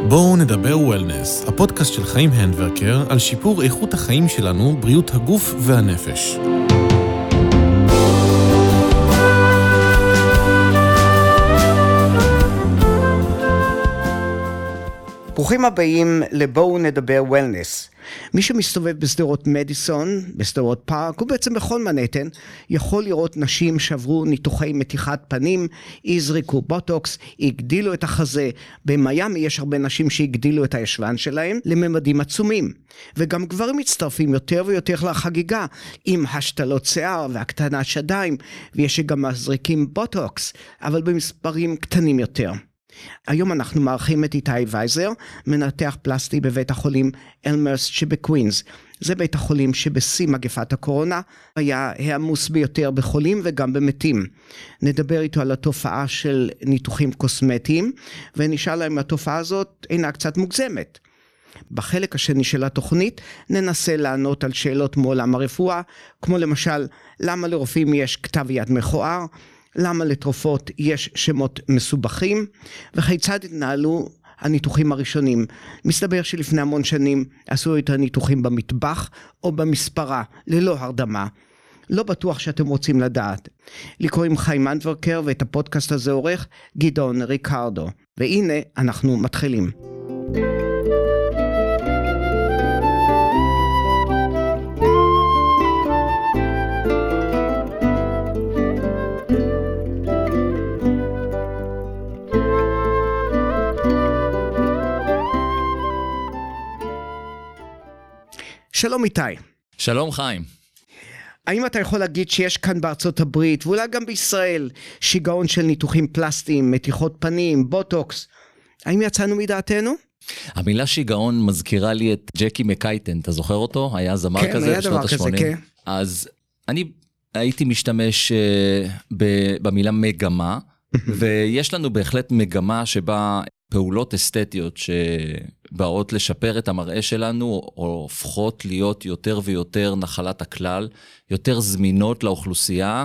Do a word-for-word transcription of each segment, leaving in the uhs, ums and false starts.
בואו נדבר וולנס, הפודקאסט של חיים הנדברקר על שיפור איכות החיים שלנו, בריאות הגוף והנפש. ברוכים הבאים לבואו נדבר וולנס. מי שמסתובב בסדרות מדיסון, בסדרות פארק, ובעצם בכל מנהטן, יכול לראות נשים שעברו ניתוחי מתיחת פנים, הזריקו בוטוקס, הגדילו את החזה. במיימי יש הרבה נשים שהגדילו את הישבן שלהם לממדים עצומים. וגם גברים מצטרפים יותר ויותר לחגיגה, עם השתלות שיער והקטנת שדיים, ויש שגם מזריקים בוטוקס, אבל במספרים קטנים יותר. היום אנחנו מארחים את איתי וייזר, מנתח פלסטי בבית החולים אלמרס שבקווינס. זה בית החולים שבשיא מגפת הקורונה היה העמוס ביותר בחולים וגם במתים. נדבר איתו על התופעה של ניתוחים קוסמטיים, ונשאל להם התופעה הזאת אינה קצת מוגזמת. בחלק השני של התוכנית ננסה לענות על שאלות מעולם הרפואה, כמו למשל, למה לרופאים יש כתב יד מכוער, למה לתרופות יש שמות מסובכים, וכיצד התנהלו הניתוחים הראשונים. מסתבר שלפני המון שנים עשו את הניתוחים במטבח או במספרה, ללא הרדמה. לא בטוח שאתם רוצים לדעת. לי קוראים חיים הנדברקר, ואת הפודקאסט הזה עורך גדעון ריקרדו. והנה אנחנו מתחילים. שלום איתי. שלום חיים. האם אתה יכול להגיד שיש כאן בארצות הברית, ואולי גם בישראל, שיגעון של ניתוחים פלסטיים, מתיחות פנים, בוטוקס? האם יצאנו מדעתנו? המילה שיגעון מזכירה לי את ג'קי מקייטן, אתה זוכר אותו? היה זמר כן, כזה היה בשנות ה-שמונים. כן. אז אני הייתי משתמש uh, ב- במילה מגמה, ויש לנו בהחלט מגמה שבה פעולות אסתטיות שבאות לשפר את המראה שלנו, או הופכות להיות יותר ויותר נחלת הכלל, יותר זמינות לאוכלוסייה,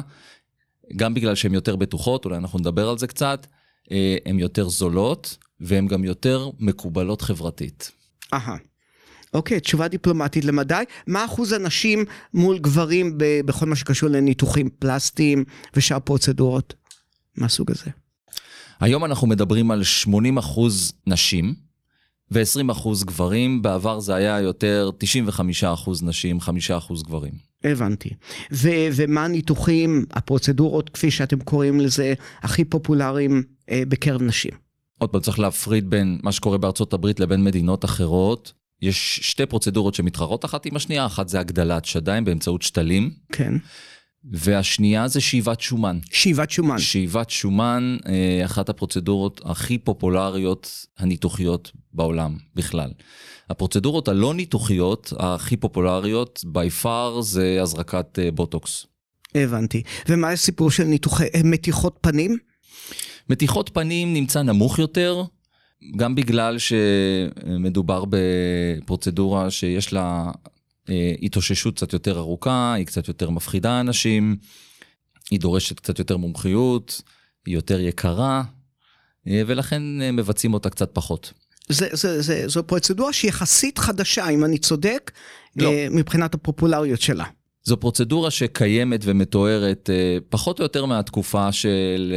גם בגלל שהן יותר בטוחות, אולי אנחנו נדבר על זה קצת, הן יותר זולות, והן גם יותר מקובלות חברתית. אהה. אוקיי, תשובה דיפלומטית למדי. מה אחוז הנשים מול גברים ב- בכל מה שקשור לניתוחים פלסטיים ושאר פרוצדורות? מה הסוג הזה? היום אנחנו מדברים על שמונים אחוז נשים ו-עשרים אחוז גברים, בעבר זה היה יותר תשעים וחמישה אחוז נשים, חמישה אחוז גברים. הבנתי. ו- ומה הניתוחים, הפרוצדורות, כפי שאתם קוראים לזה, הכי פופולריים אה, בקרב נשים? עוד פעם צריך להפריד בין מה שקורה בארצות הברית לבין מדינות אחרות. יש שתי פרוצדורות שמתחרות אחת עם השנייה, אחת זה הגדלת שדיים באמצעות שתלים. כן. והשנייה זה שאיבת שומן. שאיבת שומן. שאיבת שומן, אחת הפרוצדורות הכי פופולריות הניתוחיות בעולם בכלל. הפרוצדורות הלא ניתוחיות הכי פופולריות, by far, זה הזרקת בוטוקס. הבנתי. ומה הסיפור של ניתוחי, מתיחות פנים? מתיחות פנים נמצא נמוך יותר, גם בגלל שמדובר בפרוצדורה שיש לה התאוששות קצת יותר ארוכה, היא קצת יותר מפחידה אנשים, היא דורשת קצת יותר מומחיות, היא יותר יקרה, ולכן מבצעים אותה קצת פחות. זה, זה, זה, זו פרוצדורה שהיא יחסית חדשה, אם אני צודק, לא. מבחינת הפופולריות שלה. זו פרוצדורה שקיימת ומתוארת פחות או יותר מהתקופה של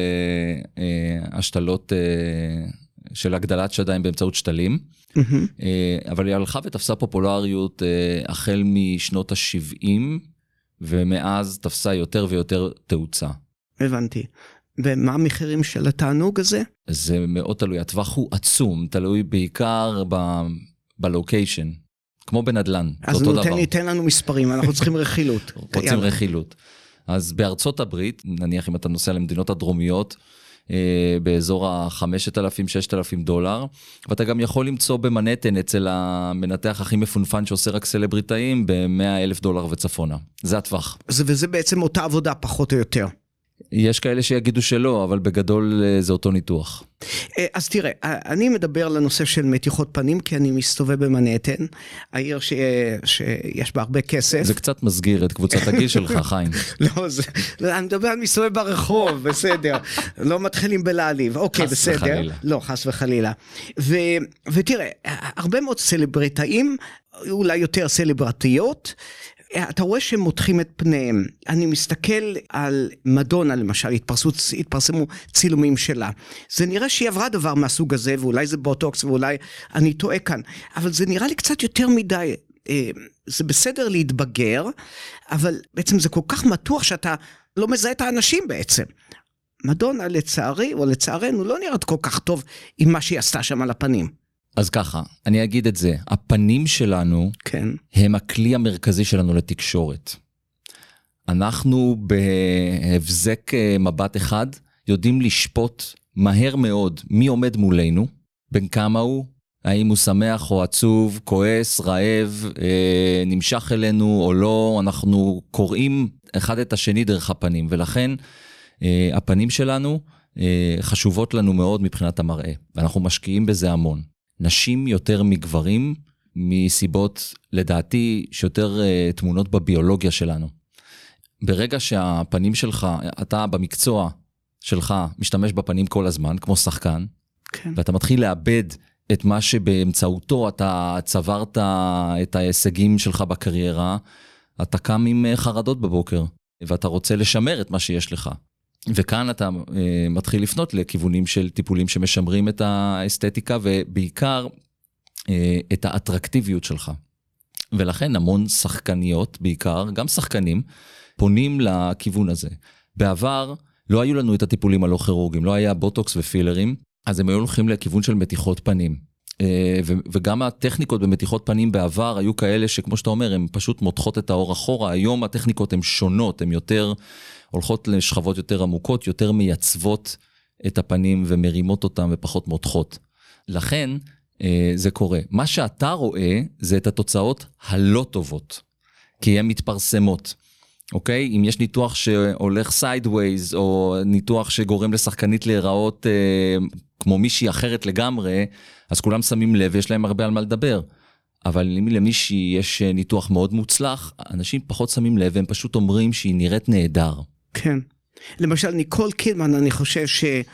השתלות, של הגדלת שדיים באמצעות שתלים, mm-hmm. אבל היא הלכה ותפסה פופולריות החל משנות ה-שבעים, ומאז תפסה יותר ויותר תאוצה. הבנתי. ומה המחירים של התענוג הזה? זה מאוד תלוי, הטווח הוא עצום, תלוי בעיקר בלוקיישן, כמו בנדלן, אז ניתן לנו מספרים, אנחנו צריכים רכילות. רוצים רכילות. אז בארצות הברית, נניח אם אתה נוסע למדינות הדרומיות, באזור ה-חמשת אלפים ששת אלפים דולר, ואתה גם יכול למצוא במנהטן אצל המנתח הכי מפונפן שעושה רק סלבריטאים ב-מאה אלף דולר וצפונה. זה הטווח. וזה בעצם אותה עבודה פחות או יותר. יש כאלה שיגידו שלא, אבל בגדול זה אותו ניתוח. אז תראה, אני מדבר על הנושא של מתיחות פנים, כי אני מסתובב במנהטן, העיר ש... שיש בה הרבה כסף. זה קצת מסגיר את קבוצת הגיל שלך, חיים. לא, זה... אני מדבר על מסתובב ברחוב, בסדר. לא מתחילים בלהליב. אוקיי, בסדר. חס וחלילה. לא, חס וחלילה. ו... ותראה, הרבה מאוד סלבריטאים, אולי יותר סלברטיות, אתה רואה שהם מותחים את פניהם. אני מסתכל על מדונה למשל, התפרסו, התפרסמו צילומים שלה. זה נראה שהיא עברה דבר מהסוג הזה, ואולי זה בוטוקס, ואולי אני טועה כאן. אבל זה נראה לי קצת יותר מדי. זה בסדר להתבגר, אבל בעצם זה כל כך מתוח שאתה לא מזהה את האנשים בעצם. מדונה לצערי, או לצערנו, לא נראית כל כך טוב עם מה שהיא עשתה שם על הפנים. אז ככה, אני אגיד את זה, הפנים שלנו, כן. הם הכלי המרכזי שלנו לתקשורת. אנחנו בהבזק מבט אחד, יודעים לשפוט מהר מאוד מי עומד מולנו, בין כמה הוא, האם הוא שמח או עצוב, כועס, רעב, אה, נמשך אלינו או לא, אנחנו קוראים אחד את השני דרך הפנים, ולכן אה, הפנים שלנו אה, חשובות לנו מאוד מבחינת המראה, ואנחנו משקיעים בזה המון. נשים יותר מגברים, מסיבות לדעתי שיותר uh, תמונות בביולוגיה שלנו. ברגע שהפנים שלך, אתה במקצוע שלך משתמש בפנים כל הזמן, כמו שחקן, כן. ואתה מתחיל לאבד את מה שבאמצעותו אתה צברת את ההישגים שלך בקריירה, אתה קם עם חרדות בבוקר, ואתה רוצה לשמר את מה שיש לך. וכאן אתה uh, מתחיל לפנות לכיוונים של טיפולים שמשמרים את האסתטיקה, ובעיקר uh, את האטרקטיביות שלך. ולכן המון שחקניות, בעיקר, גם שחקנים, פונים לכיוון הזה. בעבר לא היו לנו את הטיפולים הלא כירורגיים, לא היה בוטוקס ופילרים, אז הם היו הולכים לכיוון של מתיחות פנים. Uh, ו- וגם הטכניקות במתיחות פנים בעבר היו כאלה שכמו שאתה אומר, הן פשוט מותחות את האור אחורה. היום הטכניקות הן שונות, הן יותר... הולכות לשכבות יותר עמוקות, יותר מייצבות את הפנים ומרימות אותם ופחות מותחות. לכן אה, זה קורה. מה שאתה רואה זה את התוצאות הלא טובות, כי הן מתפרסמות. אוקיי? אם יש ניתוח שהולך sideways, או ניתוח שגורם לשחקנית להיראות אה, כמו מישהי אחרת לגמרי, אז כולם שמים לב ויש להם הרבה על מה לדבר. אבל אם למישהי יש ניתוח מאוד מוצלח, אנשים פחות שמים לב, והם פשוט אומרים שהיא נראית נהדר. כן. למשל, ניקול קידמן, אני חושב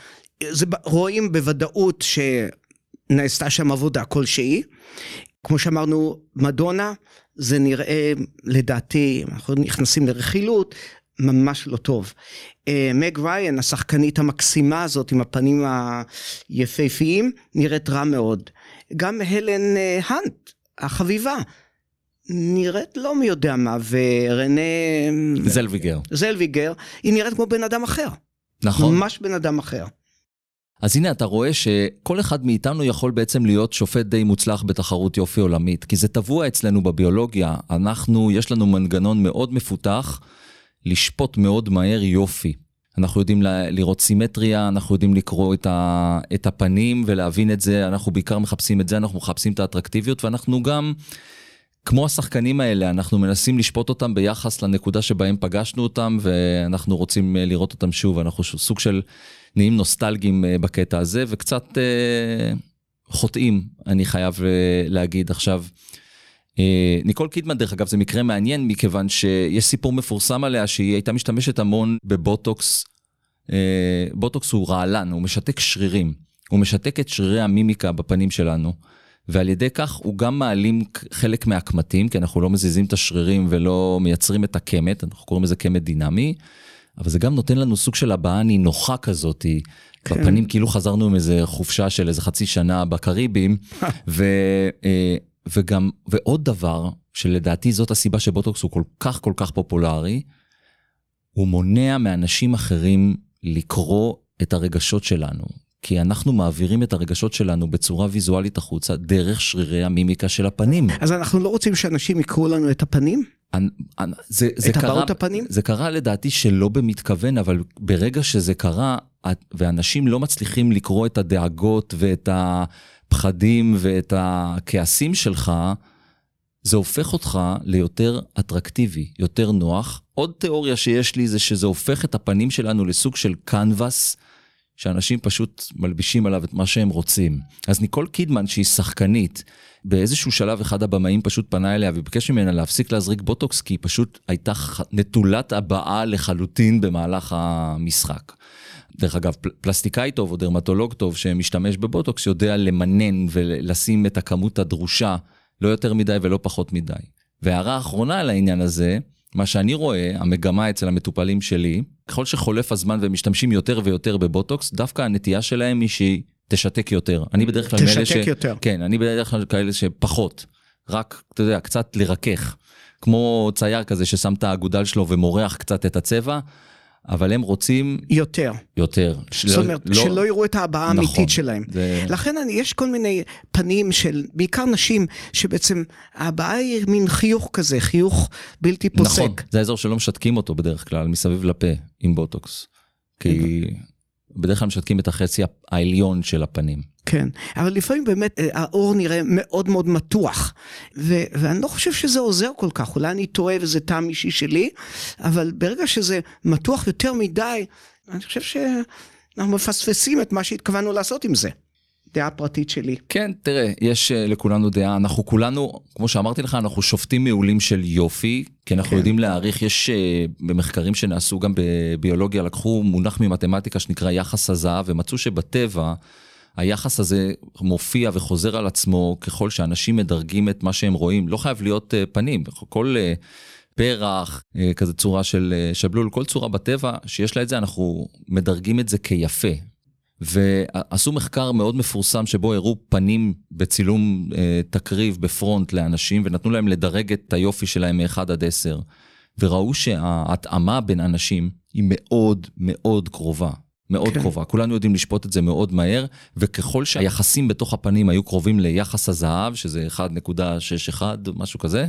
שרואים בוודאות שנעשתה שם עבודה כלשהי. כמו שאמרנו, מדונה, זה נראה, לדעתי, אנחנו נכנסים לרכילות, ממש לא טוב. מג ריין, השחקנית המקסימה הזאת, עם הפנים היפהפיים, נראית רע מאוד. גם הלן הנט, החביבה, נראית לא מי יודע מה, ורנה... זלוויגר. זלוויגר, היא נראית כמו בן אדם אחר. נכון. ממש בן אדם אחר. אז הנה אתה רואה שכל אחד מאיתנו יכול בעצם להיות שופט די מוצלח בתחרות יופי עולמית, כי זה טבוע אצלנו בביולוגיה. אנחנו, יש לנו מנגנון מאוד מפותח, לשפוט מאוד מהר יופי. אנחנו יודעים לראות סימטריה, אנחנו יודעים לקרוא את, ה, את הפנים ולהבין את זה, אנחנו בעיקר מחפשים את זה, אנחנו מחפשים את האטרקטיביות, ואנחנו גם, כמו השחקנים האלה, אנחנו מנסים לשפוט אותם ביחס לנקודה שבהם פגשנו אותם, ואנחנו רוצים לראות אותם שוב, אנחנו סוג של נהיים נוסטלגיים בקטע הזה, וקצת אה, חוטאים, אני חייב להגיד עכשיו. אה, ניקול קידמן, דרך אגב, זה מקרה מעניין, מכיוון שיש סיפור מפורסם עליה, שהיא הייתה משתמשת המון בבוטוקס, אה, בוטוקס הוא רעלן, הוא משתק שרירים, הוא משתק את שרירי המימיקה בפנים שלנו, ועל ידי כך הוא גם מעלים חלק מהקמטים, כי אנחנו לא מזיזים את השרירים ולא מייצרים את הקמת, אנחנו קוראים לזה קמת דינמי, אבל זה גם נותן לנו סוג של הבעה נינוחה כזאת, כן. בפנים כאילו חזרנו עם איזה חופשה של איזה חצי שנה בקריבים, ו, וגם, ועוד דבר, שלדעתי זאת הסיבה שבוטוקס הוא כל כך כל כך פופולרי, הוא מונע מאנשים אחרים לקרוא את הרגשות שלנו, כי אנחנו מעבירים את הרגשות שלנו בצורה ויזואלית החוצה, דרך שרירי המימיקה של הפנים. אז אנחנו לא רוצים שאנשים יקראו לנו את הפנים? זה, זה את הבעות קרה, הפנים? זה קרה לדעתי שלא במתכוון, אבל ברגע שזה קרה, ואנשים לא מצליחים לקרוא את הדאגות ואת הפחדים ואת הכעסים שלך, זה הופך אותך ליותר אטרקטיבי, יותר נוח, עוד תיאוריה שיש לי זה שזה הופך את הפנים שלנו לסוג של קנבס, שאנשים פשוט מלבישים עליו את מה שהם רוצים. אז ניקול קידמן, שהיא שחקנית, באיזשהו שלב אחד הבמאים פשוט פנה אליה וביקש ממנה להפסיק להזריק בוטוקס, כי היא פשוט הייתה נטולת הבעה לחלוטין במהלך המשחק. דרך אגב, פלסטיקאי טוב או דרמטולוג טוב שמשתמש בבוטוקס יודע למנן ולשים את הכמות הדרושה, לא יותר מדי ולא פחות מדי. והערה האחרונה על העניין הזה, מה שאני רואה, המגמה אצל המטופלים שלי, ככל שחולף הזמן ומשתמשים יותר ויותר בבוטוקס, דווקא הנטייה שלהם היא שהיא תשתק יותר. אני בדרך כלל מאלה ש... תשתק יותר. כן, אני בדרך כלל כאלה שפחות, רק, אתה יודע, קצת לרכך. כמו צייר כזה ששם את האגודל שלו ומורח קצת את הצבע, אבל הם רוצים... יותר. יותר. זאת אומרת, לא... שלא יראו את ההבעה האמיתית נכון, שלהם. זה... לכן אני, יש כל מיני פנים של, בעיקר נשים, שבעצם ההבעה היא מין חיוך כזה, חיוך בלתי פוסק. נכון, זה האזור שלא משתקים אותו בדרך כלל, מסביב לפה עם בוטוקס. כי בדרך כלל משתקים את החצי העליון של הפנים. כן, אבל לפעמים באמת האור נראה מאוד מאוד מתוח, ו- ואני לא חושב שזה עוזר כל כך, אולי אני טועה וזה טעם אישי שלי, אבל ברגע שזה מתוח יותר מדי, אני חושב שאנחנו מפספסים את מה שהתכוונו לעשות עם זה. דעה פרטית שלי. כן, תראה, יש לכולנו דעה, אנחנו כולנו, כמו שאמרתי לך, אנחנו שופטים מעולים של יופי, כי אנחנו כן. יודעים להעריך, יש במחקרים שנעשו גם בביולוגיה, לקחו מונח ממתמטיקה שנקרא יחס הזהב, ומצאו שבטבע, היחס הזה מופיע וחוזר על עצמו ככל שאנשים מדרגים את מה שהם רואים. לא חייב להיות פנים, כל פרח, כזה צורה של שבלול, כל צורה בטבע שיש לה את זה, אנחנו מדרגים את זה כיפה. ועשו מחקר מאוד מפורסם שבו הראו פנים בצילום תקריב בפרונט לאנשים, ונתנו להם לדרג את היופי שלהם מ-אחד עד עשר. וראו שההתאמה בין אנשים היא מאוד מאוד קרובה. מאוד כן. קרובה, כולנו יודעים לשפוט את זה מאוד מהר, וככל שהיחסים בתוך הפנים היו קרובים ליחס הזהב, שזה אחת נקודה שש אחת, משהו כזה,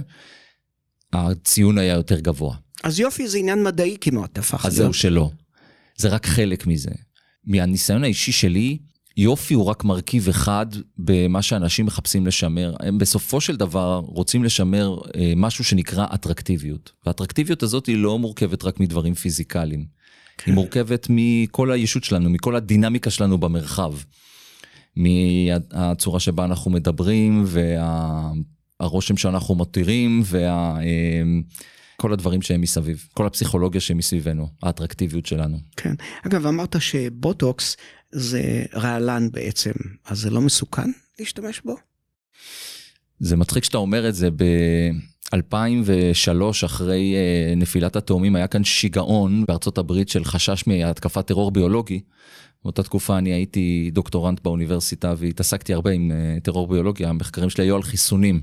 הציון היה יותר גבוה. אז יופי זה עניין מדעי כמעט, הפך. אז זהו שלא. זה רק חלק מזה. מהניסיון האישי שלי, יופי הוא רק מרכיב אחד במה שאנשים מחפשים לשמר. הם בסופו של דבר רוצים לשמר משהו שנקרא אטרקטיביות. והאטרקטיביות הזאת היא לא מורכבת רק מדברים פיזיקליים. כן. היא מורכבת מכל הישות שלנו, מכל הדינמיקה שלנו במרחב. מהצורה שבה אנחנו מדברים, והרושם שאנחנו מותירים, וכל הדברים שהם מסביב. כל הפסיכולוגיה שהם מסביבנו, האטרקטיביות שלנו. כן. אגב, אמרת שבוטוקס זה רעלן בעצם, אז זה לא מסוכן להשתמש בו? זה מצחיק שאתה אומר את זה ב-אלפיים ושלוש, אחרי נפילת התאומים, היה כאן שיגעון בארצות הברית של חשש מהתקפת טרור ביולוגי. באותה תקופה אני הייתי דוקטורנט באוניברסיטה, והתעסקתי הרבה עם טרור ביולוגיה, המחקרים שלי היו על חיסונים.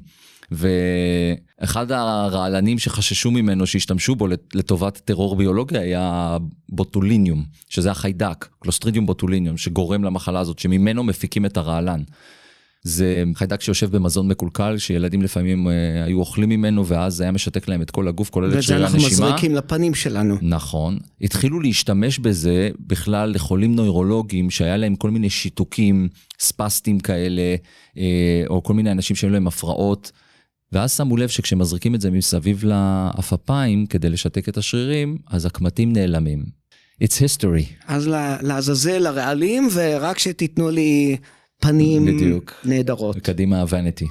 ואחד הרעלנים שחששו ממנו, שהשתמשו בו לטובת טרור ביולוגיה, היה בוטוליניום, שזה החיידק, קלוסטרידיום בוטוליניום, שגורם למחלה הזאת, שממנו מפיקים את הרעלן. זה חיידק שיושב במזון מקולקל, שילדים לפעמים היו אוכלים ממנו, ואז זה היה משתק להם את כל הגוף, כולל את שרירי הנשימה. וזה אנחנו מזריקים לפנים שלנו. נכון. התחילו להשתמש בזה בכלל לחולים נוירולוגיים, שהיה להם כל מיני שיתוקים, ספסטים כאלה, או כל מיני אנשים שהיו להם הפרעות, ואז שמו לב שכשמזריקים את זה מסביב לאפפיים, כדי לשתק את השרירים, אז הקמטים נעלמים. It's history. אז לעזאזל לרעלים, ורק שתיתנו לי פנים בדיוק. נהדרות. וקדימה הוונטי.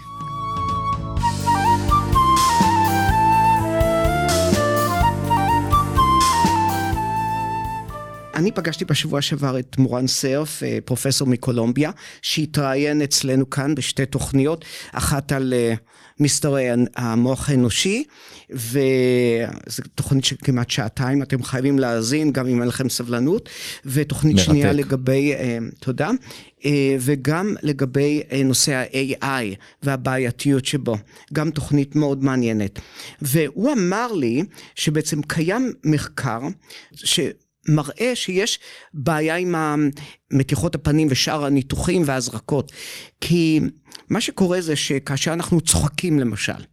אני פגשתי בשבוע שעבר את מורן סרף, פרופסור מקולומביה, שהתראיין אצלנו כאן בשתי תוכניות, אחת על מסתורי המוח האנושי, וזו תוכנית של כמעט שעתיים, אתם חייבים להאזין, גם אם אין לכם סבלנות, ותוכנית מרתק. שנייה לגבי, תודה, וגם לגבי נושא ה-איי איי והבעייתיות שבו, גם תוכנית מאוד מעניינת. והוא אמר לי שבעצם קיים מחקר, ש... מראה שיש בעיה עם מתיחות הפנים ושאר הניתוחים והזרקות, כי מה שקורה זה שכאשר אנחנו צוחקים למשל,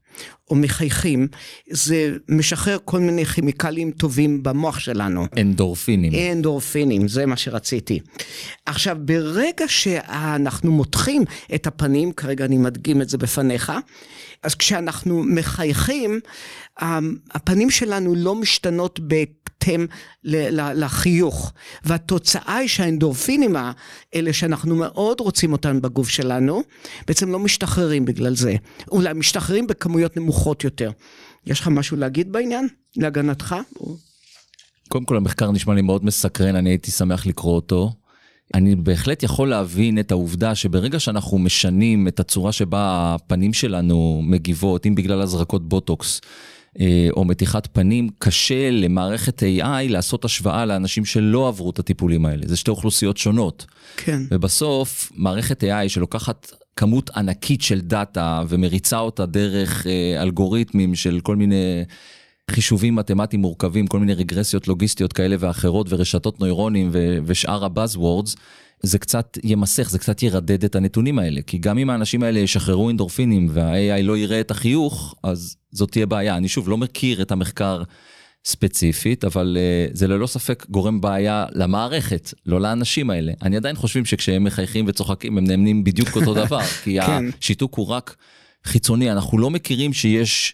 או מחייכים, זה משחרר כל מיני כימיקלים טובים במוח שלנו. אנדורפינים. אנדורפינים, זה מה שרציתי. עכשיו, ברגע שאנחנו מותחים את הפנים, כרגע אני מדגים את זה בפניך, אז כשאנחנו מחייכים, הפנים שלנו לא משתנות בהתאם לחיוך, והתוצאה היא שהאנדורפינים האלה שאנחנו מאוד רוצים אותם בגוף שלנו, בעצם לא משתחררים בגלל זה, אולי משתחררים בכמויות נמוכות יותר. יש לך משהו להגיד בעניין? להגנתך? קודם כל המחקר נשמע לי מאוד מסקרן, אני הייתי שמח לקרוא אותו. אני בהחלט יכול להבין את העובדה שברגע שאנחנו משנים את הצורה שבה הפנים שלנו מגיבות, אם בגלל הזרקות בוטוקס או מתיחת פנים, קשה למערכת איי איי לעשות השוואה לאנשים שלא עברו את הטיפולים האלה. זה שתי אוכלוסיות שונות. כן. ובסוף מערכת איי איי שלוקחת כמות ענקית של דאטה ומריצה אותה דרך אלגוריתמים של כל מיני חישובים מתמטיים מורכבים, כל מיני רגרסיות לוגיסטיות כאלה ואחרות, ורשתות נוירונים ו- ושאר הבאזוורדס, זה קצת ימסך, זה קצת ירדד את הנתונים האלה, כי גם אם האנשים האלה ישחררו אנדורפינים, וה-איי איי לא יראה את החיוך, אז זאת תהיה בעיה. אני שוב לא מכיר את המחקר ספציפית, אבל uh, זה ללא ספק גורם בעיה למערכת, לא לאנשים האלה. אני עדיין חושבים שכשהם מחייכים וצוחקים, הם נאמנים בדיוק אותו דבר, כי כן. השיתוק הוא רק חיצוני, אנחנו לא מכירים שיש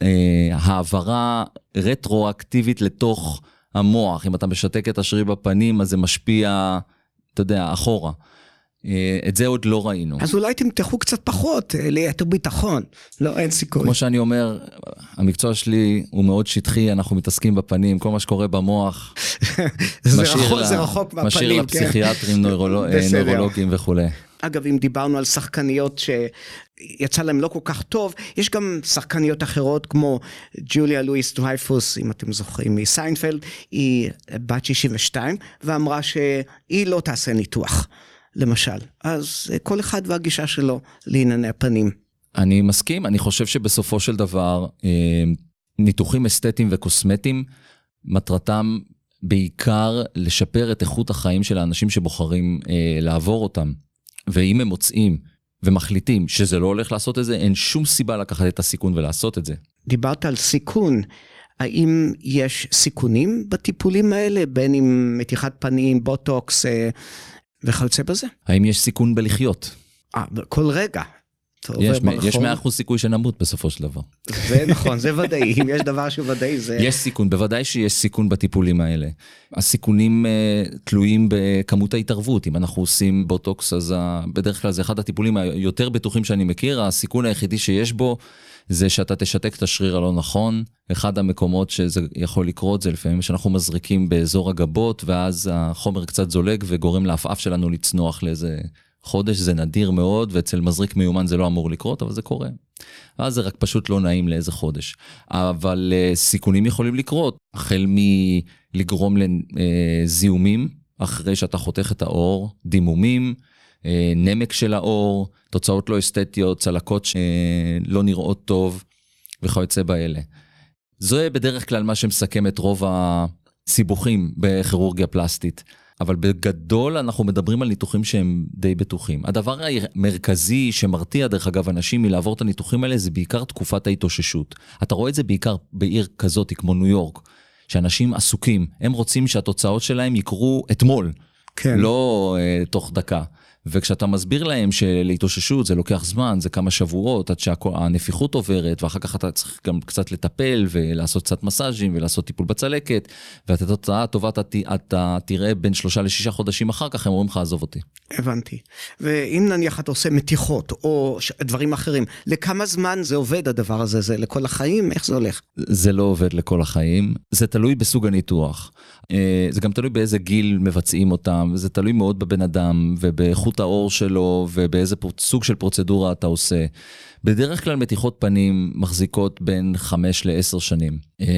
העברה רטרואקטיבית לתוך המוח. אם אתה משתק את השריר בפנים, אז זה משפיע, אתה יודע, אחורה. את זה עוד לא ראינו. אז אולי תמתחו קצת פחות, ליתר ביטחון. לא, אין סיכוי. כמו שאני אומר, המקצוע שלי הוא מאוד שטחי, אנחנו מתעסקים בפנים, כל מה שקורה במוח, זה רחוק, זה רחוק מהפנים. משאיר לפסיכיאטרים, נוירולוגים וכו'. אגב, אם דיברנו על שחקניות שיצא להם לא כל כך טוב, יש גם שחקניות אחרות כמו ג'וליה לואיס דרייפוס, אם אתם זוכרים, מסיינפלד, היא בת שישים ושתיים, ואמרה שהיא לא תעשה ניתוח, למשל. אז כל אחד והגישה שלו לענייני הפנים. אני מסכים, אני חושב שבסופו של דבר, ניתוחים אסתטיים וקוסמטיים, מטרתם בעיקר לשפר את איכות החיים של האנשים שבוחרים לעבור אותם. ואם הם מוצאים ומחליטים שזה לא הולך לעשות את זה, אין שום סיבה לקחת את הסיכון ולעשות את זה. דיברת על סיכון. האם יש סיכונים בטיפולים האלה, בין אם מתיחת פנים, בוטוקס וכיוצא בזה? האם יש סיכון בלחיות? אה, כל רגע. יש, יש מאה אחוז סיכוי שנמות בסופו של דבר. זה נכון, זה ודאי. אם יש דבר שוודאי זה... יש סיכון, בוודאי שיש סיכון בטיפולים האלה. הסיכונים uh, תלויים בכמות ההתערבות. אם אנחנו עושים בוטוקס, אז uh, בדרך כלל זה אחד הטיפולים היותר בטוחים שאני מכיר. הסיכון היחידי שיש בו, זה שאתה תשתק את השריר הלא נכון. אחד המקומות שזה יכול לקרות, זה לפעמים שאנחנו מזריקים באזור הגבות, ואז החומר קצת זולג וגורם לעפעף שלנו לצנוח לאיזה... חודש. זה נדיר מאוד, ואצל מזריק מיומן זה לא אמור לקרות, אבל זה קורה. אז זה רק פשוט לא נעים לאיזה חודש. אבל uh, סיכונים יכולים לקרות, החל מלגרום לזיהומים, אחרי שאתה חותך את האור, דימומים, uh, נמק של האור, תוצאות לא אסתטיות, צלקות שלא נראות טוב, וכיוצא באלה. זה בדרך כלל מה שמסכם את רוב הסיבוכים בכירורגיה פלסטית. אבל בגדול אנחנו מדברים על ניתוחים שהם די בטוחים. הדבר המרכזי שמרתיע דרך אגב אנשים מלעבור את הניתוחים האלה זה בעיקר תקופת ההתאוששות. אתה רואה את זה בעיקר בעיר כזאת כמו ניו יורק, שאנשים עסוקים, הם רוצים שהתוצאות שלהם יקרו אתמול, כן. לא uh, תוך דקה. וכשאתה מסביר להם שלהתאוששות זה לוקח זמן, זה כמה שבועות, עד שהנפיחות עוברת, ואחר כך אתה צריך גם קצת לטפל, ולעשות קצת מסאז'ים, ולעשות טיפול בצלקת, ואת התוצאה הטובה אתה, אתה תראה בין שלושה לשישה חודשים אחר כך, הם אומרים לך, עזוב אותי. הבנתי. ואם נניח אתה עושה מתיחות, או דברים אחרים, לכמה זמן זה עובד הדבר הזה? זה לכל החיים? איך זה הולך? זה לא עובד לכל החיים, זה תלוי בסוג הניתוח. זה גם תלוי באיזה גיל מבצעים אותם, וזה תלוי מאוד בבן אדם, ובאיכות האור שלו, ובאיזה סוג של פרוצדורה אתה עושה. בדרך כלל מתיחות פנים מחזיקות בין חמש לעשר שנים.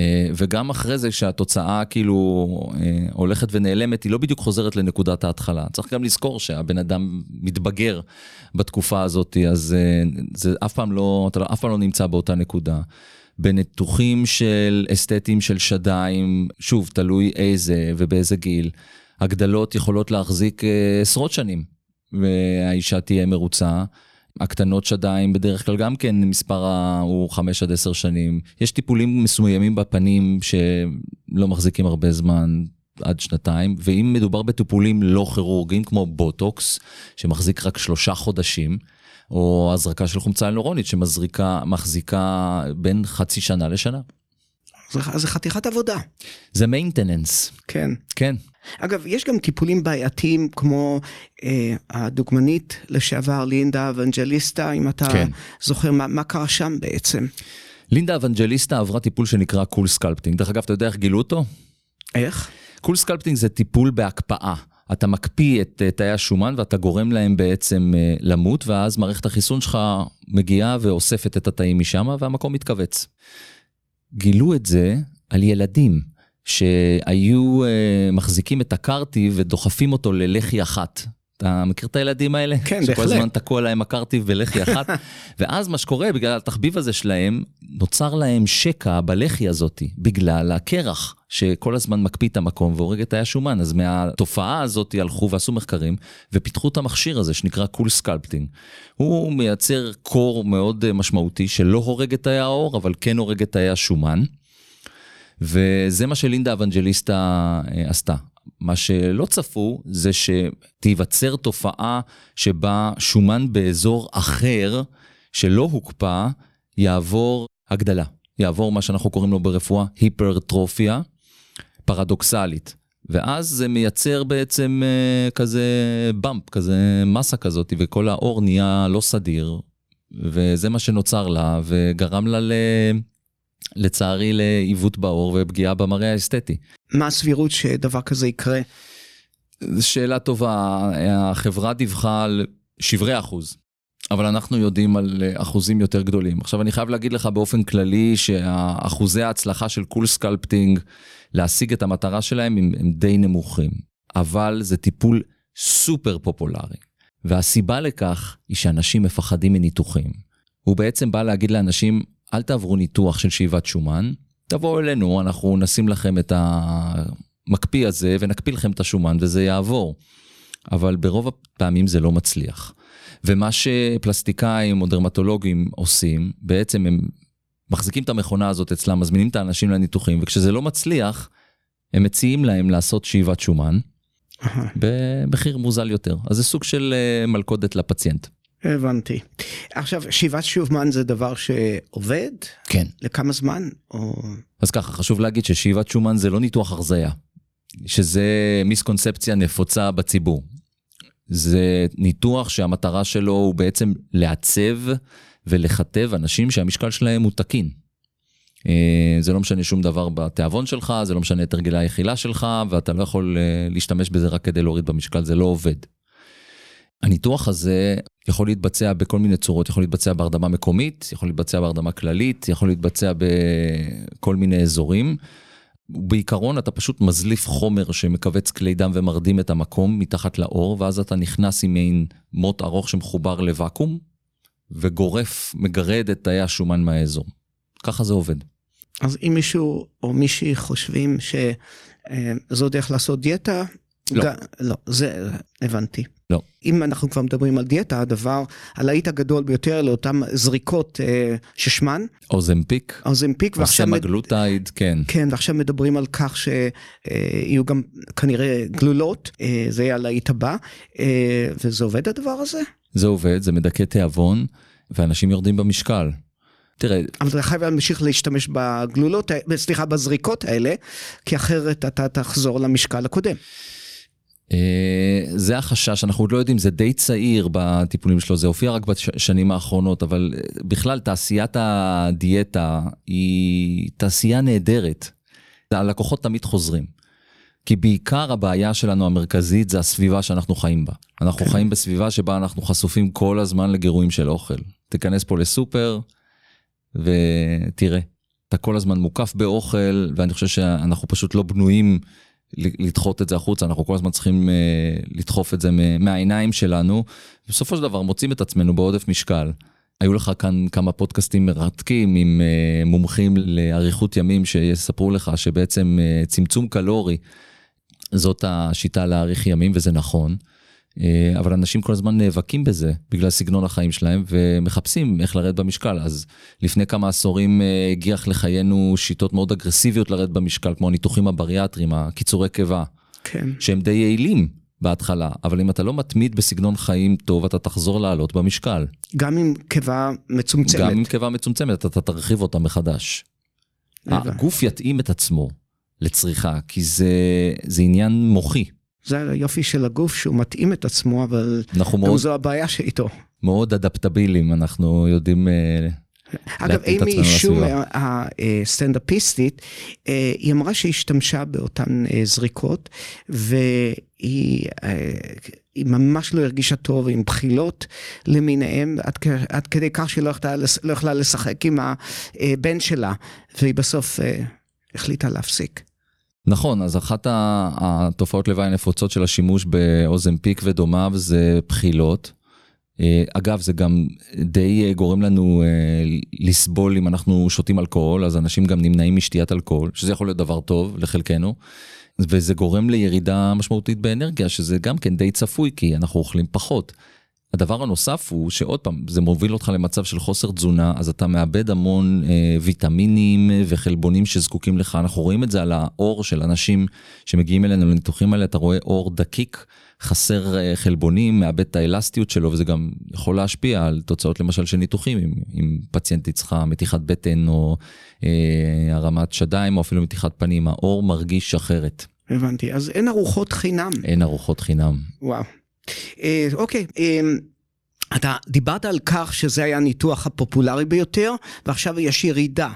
וגם אחרי זה שהתוצאה כאילו הולכת ונעלמת, היא לא בדיוק חוזרת לנקודת ההתחלה. צריך גם לזכור שהבן אדם מתבגר בתקופה הזאת, אז זה אף פעם לא, אתה אף פעם לא נמצא באותה נקודה. בניתוחים של אסתטיים של שדיים, שוב, תלוי איזה ובאיזה גיל, הגדלות יכולות להחזיק עשרות שנים, והאישה תהיה מרוצה. הקטנות שדיים בדרך כלל גם כן מספר הוא חמש עד עשר שנים. יש טיפולים מסוימים בפנים שלא מחזיקים הרבה זמן, עד שנתיים, ואם מדובר בטיפולים לא כירורגיים, כמו בוטוקס, שמחזיק רק שלושה חודשים, או הזרקה של חומצה הילורונית, שמחזיקה בין חצי שנה לשנה. זה, זה חתיכת עבודה. זה maintenance. כן. כן. אגב, יש גם טיפולים בעייתיים, כמו אה, הדוגמנית לשעבר, לינדה אבנג'ליסטה, אם אתה כן. זוכר מה, מה קרה שם בעצם. לינדה אבנג'ליסטה עברה טיפול שנקרא קול סקלפטינג. דרך אגב, אתה יודע איך גילו אותו? איך? קול סקלפטינג זה טיפול בהקפאה. אתה מקפיא את תאי השומן ואתה גורם להם בעצם למות, ואז מערכת החיסון שלך מגיעה ואוספת את התאים משם, והמקום מתכווץ. גילו את זה על ילדים שהיו מחזיקים את הקרטיב ודוחפים אותו ללחי אחת. אתה מכיר את הילדים האלה? כן, בהחלט. שכל הזמן תקוע להם הקרטיב בלחי אחת. ואז מה שקורה, בגלל התחביב הזה שלהם, נוצר להם שקע בלחי הזאת, בגלל הקרח, שכל הזמן מקפיא את המקום והורג את תאי השומן. אז מהתופעה הזאת הלכו ועשו מחקרים, ופיתחו את המכשיר הזה, שנקרא קול סקלפטינג. הוא מייצר קור מאוד משמעותי, שלא הורג את תאי העור, אבל כן הורג את תאי השומן. וזה מה שלינדה אבנג'ליסטה עשתה. מה שלא צפו זה שתיווצר תופעה שבה שומן באזור אחר שלא הוקפא יעבור הגדלה, יעבור מה שאנחנו קוראים לו ברפואה היפרטרופיה פרדוקסלית, ואז זה מייצר בעצם כזה במפ, כזה מסה כזאת, וכל האור נהיה לא סדיר, וזה מה שנוצר לה וגרם לה ל... לצערי לעיוות בעור ופגיעה במראה האסתטי. מה הסבירות שדבר כזה יקרה? שאלה טובה, החברה דיווחה על שברי אחוז, אבל אנחנו יודעים על אחוזים יותר גדולים. עכשיו אני חייב להגיד לך באופן כללי שהאחוזי ההצלחה של קול סקלפטינג להשיג את המטרה שלהם הם, הם די נמוכים, אבל זה טיפול סופר פופולרי, והסיבה לכך היא שאנשים מפחדים מניתוחים. הוא בעצם בא להגיד לאנשים, אל תעברו ניתוח של שאיבת שומן, תבואו אלינו, אנחנו נשים לכם את המקפיא הזה, ונקפיא לכם את השומן, וזה יעבור. אבל ברוב הפעמים זה לא מצליח. ומה שפלסטיקאים או דרמטולוגים עושים, בעצם הם מחזיקים את המכונה הזאת אצלם, מזמינים את האנשים לניתוחים, וכשזה לא מצליח, הם מציעים להם לעשות שאיבת שומן, במחיר מוזל יותר. אז זה סוג של מלכודת לפציינט. הבנתי. עכשיו, שאיבת שומן זה דבר שעובד? כן. לכמה זמן? או... אז ככה, חשוב להגיד ששאיבת שומן זה לא ניתוח הרזיה, שזה מיסקונספציה נפוצה בציבור. זה ניתוח שהמטרה שלו הוא בעצם לעצב ולכתב אנשים שהמשקל שלהם הוא תקין. זה לא משנה שום דבר בתיאבון שלך, זה לא משנה את הרגלי היחילה שלך, ואתה לא יכול להשתמש בזה רק כדי להוריד במשקל, זה לא עובד. הניתוח הזה יכול להתבצע בכל מיני צורות, יכול להתבצע בהרדמה מקומית, יכול להתבצע בהרדמה כללית, יכול להתבצע בכל מיני אזורים. בעיקרון אתה פשוט מזליף חומר שמקבץ כלי דם ומרדים את המקום מתחת לאור, ואז אתה נכנס עם מעין מוט ארוך שמחובר לוואקום, וגורף, מגרד את תאי השומן מהאזור. ככה זה עובד. אז אם מישהו או מישהי חושבים שזו דרך לעשות דיאטה, לא. ג... לא, זה הבנתי. לא. אם אנחנו כבר מדברים על דיאטה, הדבר, הלהיט הגדול ביותר לאותם זריקות אה, ששמן. אוזמפיק. אוזמפיק. או סמגלוטייד, כן. כן, ועכשיו מדברים על כך שיהיו גם כנראה גלולות, אה, זה יהיה הלהיט הבא, אה, וזה עובד הדבר הזה? זה עובד, זה מדכא תיאבון, ואנשים יורדים במשקל. תראה. אבל אתה חייב להמשיך להשתמש בגלולות, סליחה, בזריקות האלה, כי אחרת אתה תחזור למשקל הקודם. זה החשש, אנחנו עוד לא יודעים, זה די צעיר בטיפולים שלו, זה הופיע רק בשנים האחרונות, אבל בכלל תעשיית הדיאטה היא תעשייה נהדרת. הלקוחות תמיד חוזרים, כי בעיקר הבעיה שלנו המרכזית זה הסביבה שאנחנו חיים בה. אנחנו חיים בסביבה שבה אנחנו חשופים כל הזמן לגירויים של אוכל. תיכנס פה לסופר ותראה, אתה כל הזמן מוקף באוכל, ואני חושב שאנחנו פשוט לא בנויים לדחות את זה החוצה, אנחנו כל הזמן צריכים לדחוף את זה מהעיניים שלנו, ובסופו של דבר מוצאים את עצמנו בעודף משקל. היו לך כאן כמה פודקאסטים מרתקים עם מומחים לאריכות ימים שיספרו לך שבעצם צמצום קלורי זאת השיטה להאריך ימים, וזה נכון. אבל אנשים כל הזמן נאבקים בזה, בגלל סגנון החיים שלהם, ומחפשים איך לרד במשקל. אז לפני כמה עשורים הגיח לחיינו שיטות מאוד אגרסיביות לרד במשקל, כמו הניתוחים הבריאטריים, הקיצורי קיבה, כן. שהם די יעילים בהתחלה, אבל אם אתה לא מתמיד בסגנון חיים טוב, אתה תחזור לעלות במשקל. גם עם קיבה מצומצמת. גם עם קיבה מצומצמת, אתה תרחיב אותה מחדש. הגוף יתאים את עצמו לצריכה, כי זה, זה עניין מוחי. זה היופי של הגוף שהוא מתאים את עצמו, אבל גם מאוד, זו הבעיה שאיתו. מאוד אדפטבילים, אנחנו יודעים אגב, אימי שום, הסטנדאפיסטית, היא אמרה שהיא השתמשה באותן זריקות, והיא ממש לא הרגישה טוב עם בחילות למיניהם, עד כדי כך שהיא לא יכלה לשחק עם הבן שלה, והיא בסוף החליטה להפסיק. נכון, אז אחת התופעות לוואי הנפוצות של השימוש באוזמפיק ודומיו זה בחילות. אגב, זה גם די גורם לנו לסבול אם אנחנו שותים אלכוהול, אז אנשים גם נמנעים משתיית אלכוהול, שזה יכול להיות דבר טוב לחלקנו, וזה גורם לירידה משמעותית באנרגיה, שזה גם כן די צפוי, כי אנחנו אוכלים פחות. הדבר הנוסף הוא שעוד פעם, זה מוביל אותך למצב של חוסר תזונה, אז אתה מאבד המון אה, ויטמינים וחלבונים שזקוקים לך. אנחנו רואים את זה על האור של אנשים שמגיעים אלינו לניתוחים האלה, אתה רואה אור דקיק, חסר אה, חלבונים, מאבד את האלסטיות שלו, וזה גם יכול להשפיע על תוצאות למשל של ניתוחים, אם, אם פציינט צריכה מתיחת בטן או אה, הרמת שדיים, או אפילו מתיחת פנים, האור מרגיש אחרת. הבנתי, אז אין ארוחות חינם. אין ארוחות חינם. וואו. אוקיי, אתה דיברת על כך שזה היה הניתוח הפופולרי ביותר, ועכשיו יש ירידה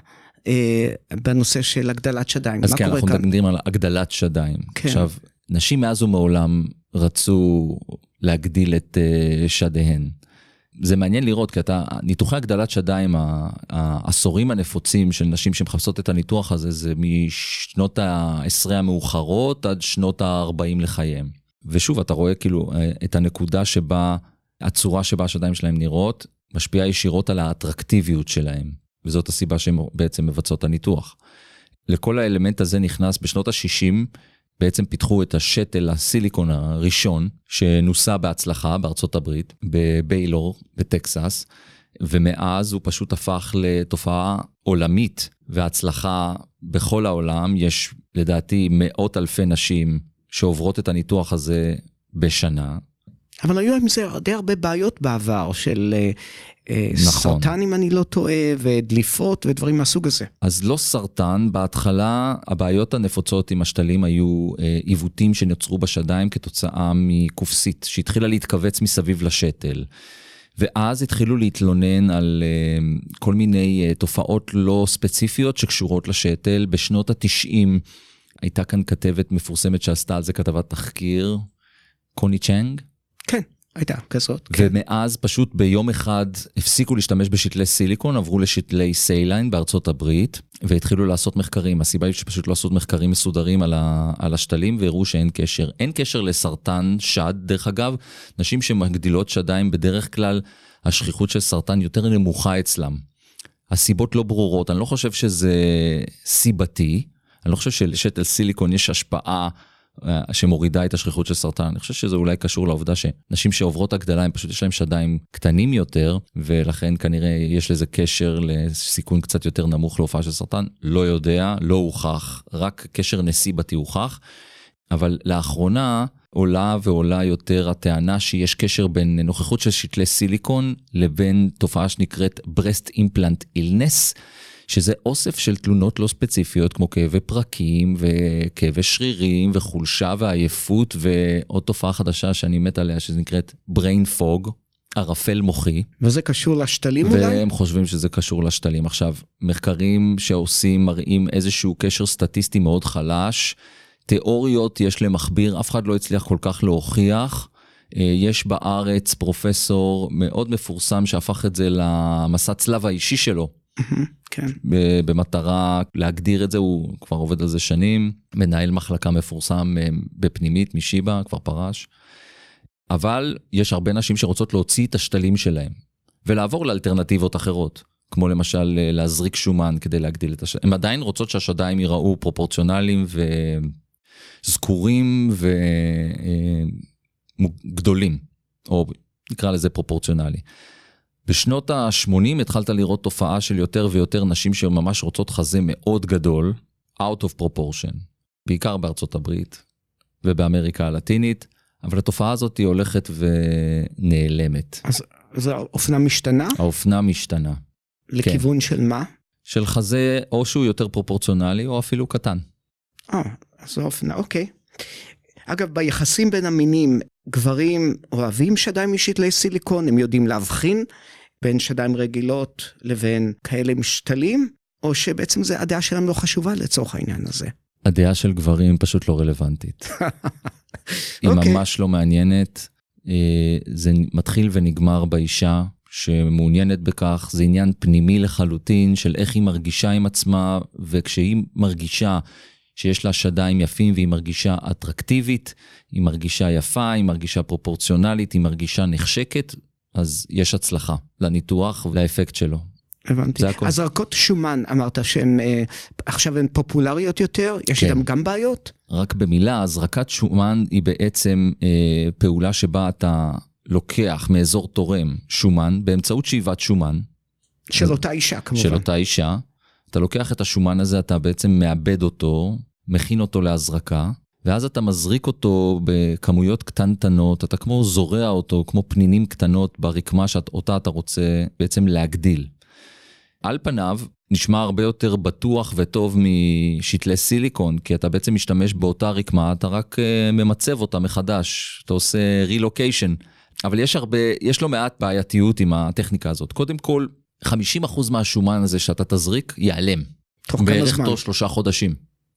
בנושא של הגדלת שדיים. אז כן, אנחנו מדברים על הגדלת שדיים. עכשיו, נשים מאז ומעולם רצו להגדיל את שדיהן. זה מעניין לראות, כי אתה, ניתוחי הגדלת שדיים, העשורים הנפוצים של נשים שמחפשות את הניתוח הזה, זה משנות העשרה המאוחרות עד שנות ה-ארבעים לחייהם. ושוב, אתה רואה כאילו את הנקודה שבה, הצורה שבה השדיים שלהם נראות, משפיעה ישירות על האטרקטיביות שלהם, וזאת הסיבה שהן בעצם מבצעות הניתוח. לכל האלמנט הזה נכנס בשנות ה-שישים, בעצם פיתחו את השתל הסיליקון הראשון, שנוסה בהצלחה בארצות הברית, בביילור, בטקסס, ומאז הוא פשוט הפך לתופעה עולמית, והצלחה בכל העולם, יש לדעתי מאות אלפי נשים, שעוברות את הניתוח הזה בשנה. אבל היו עם זה די הרבה בעיות בעבר, של נכון. סרטן אם אני לא טועה, ודליפות ודברים מהסוג הזה. אז לא סרטן, בהתחלה הבעיות הנפוצות עם השתלים היו עיוותים שנוצרו בשדיים כתוצאה מקופסית, שהתחילה להתכווץ מסביב לשתל. ואז התחילו להתלונן על כל מיני תופעות לא ספציפיות שקשורות לשתל. בשנות ה-תשעים הייתה כאן כתבת מפורסמת שעשתה על זה כתבת תחקיר, קוני צ'נג. כן, הייתה כזאת. ומאז פשוט ביום אחד הפסיקו להשתמש בשתלי סיליקון, עברו לשתלי סיילין בארצות הברית, והתחילו לעשות מחקרים. הסיבה היא שפשוט לא לעשות מחקרים מסודרים על, ה, על השתלים, והראו שאין קשר. אין קשר לסרטן שד, דרך אגב, נשים שמגדילות שדיים בדרך כלל, השכיחות של סרטן יותר נמוכה אצלם. הסיבות לא ברורות, אני לא חושב שזה סיבתי, אני לא חושב שלשתל סיליקון יש השפעה שמורידה את השכיחות של סרטן. אני חושב שזה אולי קשור לעובדה שנשים שעוברות הגדלה, הם פשוט יש להם שדיים קטנים יותר, ולכן כנראה יש לזה קשר לסיכון קצת יותר נמוך להופעה של סרטן. לא יודע, לא הוכח, רק קשר נסיבתי הוכח. אבל לאחרונה עולה ועולה יותר הטענה שיש קשר בין נוכחות של שתלי סיליקון לבין תופעה שנקראת breast implant illness, שזה אוסף של תלונות לא ספציפיות, כמו כאבי פרקים וכאבי שרירים וחולשה ועייפות, ועוד תופעה חדשה שאני מת עליה, שזה נקראת brain fog, ערפל מוחי. וזה קשור לשתלים אולי? והם חושבים שזה קשור לשתלים. עכשיו, מחקרים שעושים מראים איזשהו קשר סטטיסטי מאוד חלש, תיאוריות יש למכביר, אף אחד לא הצליח כל כך להוכיח, יש בארץ פרופסור מאוד מפורסם שהפך את זה למסע צלב האישי שלו, כן. במטרה להגדיר את זה, הוא כבר עובד על זה שנים, מנהל מחלקה מפורסם בפנימית משיבה, כבר פרש, אבל יש הרבה נשים שרוצות להוציא את השתלים שלהם, ולעבור לאלטרנטיבות אחרות, כמו למשל להזריק שומן כדי להגדיל את השדיים. הם עדיין רוצות שהשדיים ייראו פרופורציונליים וזכורים גדולים, או נקרא לזה פרופורציונלי. בשנות ה-שמונים התחלת לראות תופעה של יותר ויותר נשים שממש רוצות חזה מאוד גדול, out of proportion, בעיקר בארצות הברית ובאמריקה הלטינית, אבל התופעה הזאת היא הולכת ונעלמת. אז, אז האופנה משתנה? האופנה משתנה. לכיוון כן. של מה? של חזה או שהוא יותר פרופורציונלי או אפילו קטן. אה, אז האופנה, אוקיי. אגב, ביחסים בין המינים, גברים אוהבים שדיים משתלי סיליקון, הם יודעים להבחין בין שדיים רגילות לבין כאלה משתלים, או שבעצם זה הדעה שלהם לא חשובה לצורך העניין הזה. הדעה של גברים פשוט לא רלוונטית. היא okay. ממש לא מעניינת, זה מתחיל ונגמר באישה שמעוניינת בכך, זה עניין פנימי לחלוטין של איך היא מרגישה עם עצמה, וכשהיא מרגישה שיש לה שדיים יפים והיא מרגישה אטרקטיבית, היא מרגישה יפה, היא מרגישה פרופורציונלית, היא מרגישה נחשקת, אז יש הצלחה לניתוח ולאפקט שלו. הבנתי. אז ערכות שומן, אמרת שהן אה, עכשיו הן פופולריות יותר, יש כן. גם בעיות? רק במילה, הזרקת שומן היא בעצם אה, פעולה שבה אתה לוקח מאזור תורם שומן, באמצעות שאיבת שומן. של אז, אותה אישה כמובן. של אותה אישה. אתה לוקח את השומן הזה, אתה בעצם מאבד אותו, מכין אותו להזרקה, ואז אתה מזריק אותו בכמויות קטנטנות, אתה כמו זורע אותו, כמו פנינים קטנות ברקמה שאותה אתה רוצה בעצם להגדיל. על פניו נשמע הרבה יותר בטוח וטוב משתלי סיליקון, כי אתה בעצם משתמש באותה רקמה, אתה רק ממצב אותה מחדש, אתה עושה רילוקיישן, אבל יש הרבה, יש לא מעט בעייתיות עם הטכניקה הזאת. קודם כל, חמישים אחוז מהשומן הזה שאתה תזריק ייעלם. תוך כמה זמן? בערך תוך שלושה חודשים.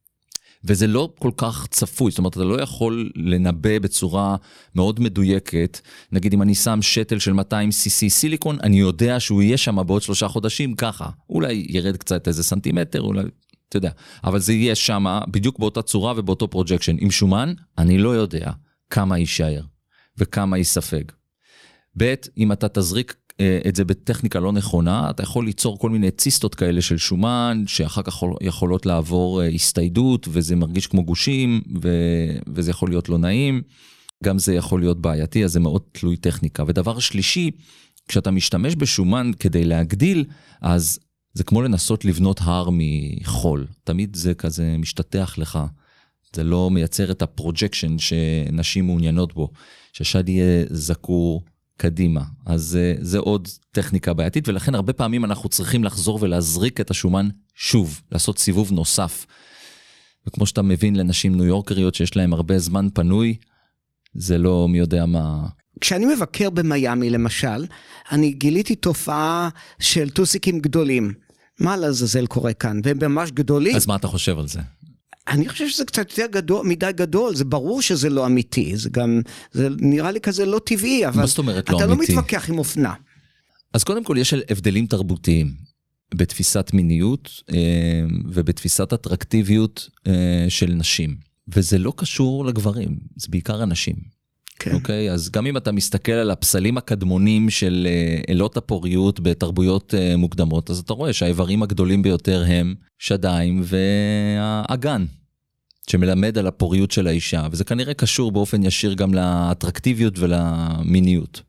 וזה לא כל כך צפוי, זאת אומרת, אתה לא יכול לנבא בצורה מאוד מדויקת, נגיד אם אני שם שטל של מאתיים סי סי סיליקון, אני יודע שהוא יהיה שם בעוד שלושה חודשים ככה, אולי ירד קצת איזה סנטימטר, אולי, אתה יודע, אבל זה יהיה שם בדיוק באותה צורה ובאותו פרוג'קשן. עם שומן, אני לא יודע כמה יישאר וכמה ייספג. ב', אם אתה תזריק את זה בטכניקה לא נכונה, אתה יכול ליצור כל מיני ציסטות כאלה של שומן, שאחר כך יכולות לעבור הסתיידות, וזה מרגיש כמו גושים, ו- וזה יכול להיות לא נעים, גם זה יכול להיות בעייתי, אז זה מאוד תלוי טכניקה. ודבר שלישי, כשאתה משתמש בשומן כדי להגדיל, אז זה כמו לנסות לבנות הר מחול, תמיד זה כזה משתתח לך, זה לא מייצר את הפרוג'קשן שנשים מעוניינות בו, שהשד יהיה זקור, קדימה. אז זה עוד טכניקה בעייתית, ולכן הרבה פעמים אנחנו צריכים לחזור ולהזריק את השומן שוב, לעשות סיבוב נוסף. וכמו שאתה מבין לנשים ניו יורקריות שיש להם הרבה זמן פנוי, זה לא מי יודע מה. כשאני מבקר במיימי למשל, אני גיליתי תופעה של טוסיקים גדולים. מה לעזאזל קורה כאן? והם ממש גדולים. אז מה אתה חושב על זה? אני חושב שזה קצת יותר גדול, מדי גדול, זה ברור שזה לא אמיתי, זה גם, זה נראה לי כזה לא טבעי, אבל אתה לא מתווכח עם אופנה. אז קודם כל יש הבדלים תרבותיים, בתפיסת מיניות ובתפיסת אטרקטיביות של נשים, וזה לא קשור לגברים, זה בעיקר הנשים. כן. אוקיי? אז גם אם אתה מסתכל על הפסלים הקדמונים של אלות הפוריות בתרבויות מוקדמות, אז אתה רואה שהאיברים הגדולים ביותר הם שדיים והאגן, שמלמד על הפוריות של האישה, וזה כנראה קשור באופן ישיר גם לאטרקטיביות ולמיניות.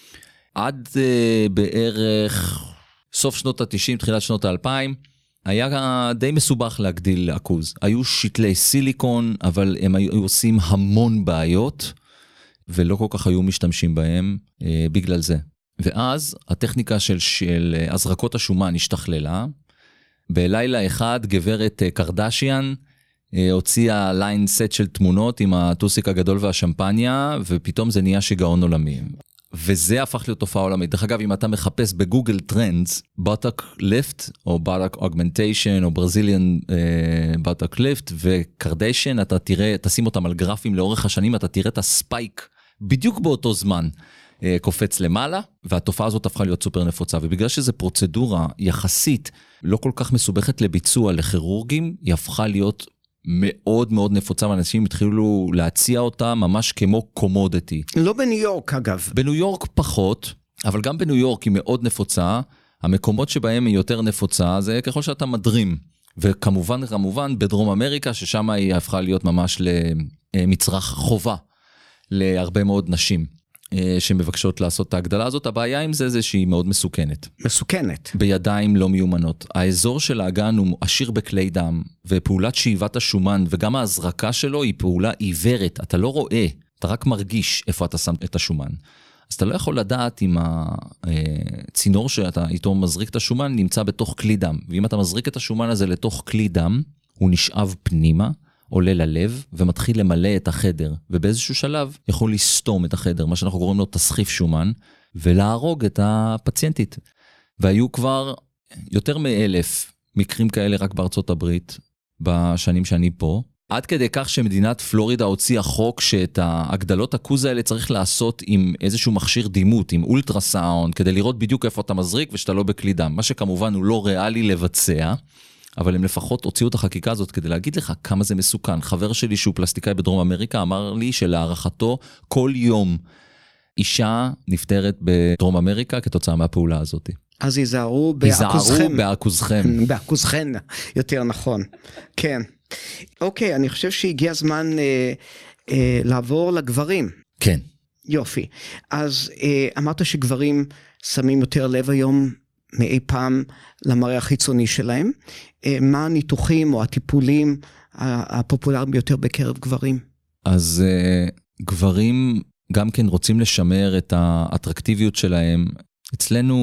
עד בערך סוף שנות ה-תשעים, תחילת שנות ה-אלפיים, היה די מסובך להגדיל עכוז. היו שתלי סיליקון, אבל הם היו עושים המון בעיות, ולא כל כך היו משתמשים בהם אה, בגלל זה. ואז הטכניקה של, של הזרקות השומן השתכללה. בלילה אחד גברת קרדשיאן אה, הוציאה ליין סט של תמונות עם הטוסיק הגדול והשמפניה, ופתאום זה נהיה שיגעון עולמי. וזה הפך להיות תופעה עולמית. דרך אגב, אם אתה מחפש בגוגל טרנדס, בוטוק ליפט, או בוטוק אוגמנטיישן, או ברזיליאן בוטוק ליפט, וקרדיישן, אתה תראה, תשים אותם על גרפים לאורך השנים, אתה תראה את הספייק, בדיוק באותו זמן, אה, קופץ למעלה, והתופעה הזאת הפכה להיות סופר נפוצה, ובגלל שזו פרוצדורה יחסית, לא כל כך מסובכת לביצוע לכירורגים, היא הפכה להיות מאוד מאוד נפוצה, ואנשים התחילו להציע אותה ממש כמו קומודיטי. לא בניו יורק אגב. בניו יורק פחות, אבל גם בניו יורק היא מאוד נפוצה, המקומות שבהם היא יותר נפוצה, זה ככל שאתה מדרים, וכמובן כמובן בדרום אמריקה, ששם היא הפכה להיות ממש למצרך חובה, להרבה מאוד נשים שמבקשות לעשות את ההגדלה הזאת. הבעיה עם זה זה שהיא מאוד מסוכנת. מסוכנת. בידיים לא מיומנות. האזור של האגן הוא עשיר בכלי דם, ופעולת שאיבת השומן, וגם ההזרקה שלו היא פעולה עיוורת. אתה לא רואה, אתה רק מרגיש איפה אתה שם את השומן. אז אתה לא יכול לדעת אם הצינור שאתה איתו מזריק את השומן נמצא בתוך כלי דם. ואם אתה מזריק את השומן הזה לתוך כלי דם, הוא נשאב פנימה, עולה ללב ומתחיל למלא את החדר, ובאיזשהו שלב יכול לסתום את החדר, מה שאנחנו קוראים לו תסחיף שומן, ולהרוג את הפציינטית. והיו כבר יותר מאלף מקרים כאלה רק בארצות הברית, בשנים שאני פה, עד כדי כך שמדינת פלורידה הוציאה חוק שאת ההגדלות הכוז האלה צריך לעשות עם איזשהו מכשיר דימות, עם אולטרסאונד, כדי לראות בדיוק איפה אתה מזריק ושאתה לא בכלי דם, מה שכמובן הוא לא ריאלי לבצע, אבל הם לפחות הוציאו את החקיקה הזאת כדי להגיד לך כמה זה מסוכן. חבר שלי שהוא פלסטיקאי בדרום אמריקה אמר לי שלהערכתו כל יום אישה נפטרת בדרום אמריקה כתוצאה מהפעולה הזאת. אז ייזהרו בעכוזכם. ייזהרו בעכוזכם. בעכוזכם, יותר נכון. כן. אוקיי, אני חושב שהגיע הזמן אה, אה, לעבור לגברים. כן. יופי. אז אה, אמרת שגברים שמים יותר לב היום מאי פעם למראה החיצוני שלהם. מה הניתוחים או הטיפולים הפופולריים ביותר בקרב גברים? אז גברים גם כן רוצים לשמר את האטרקטיביות שלהם. אצלנו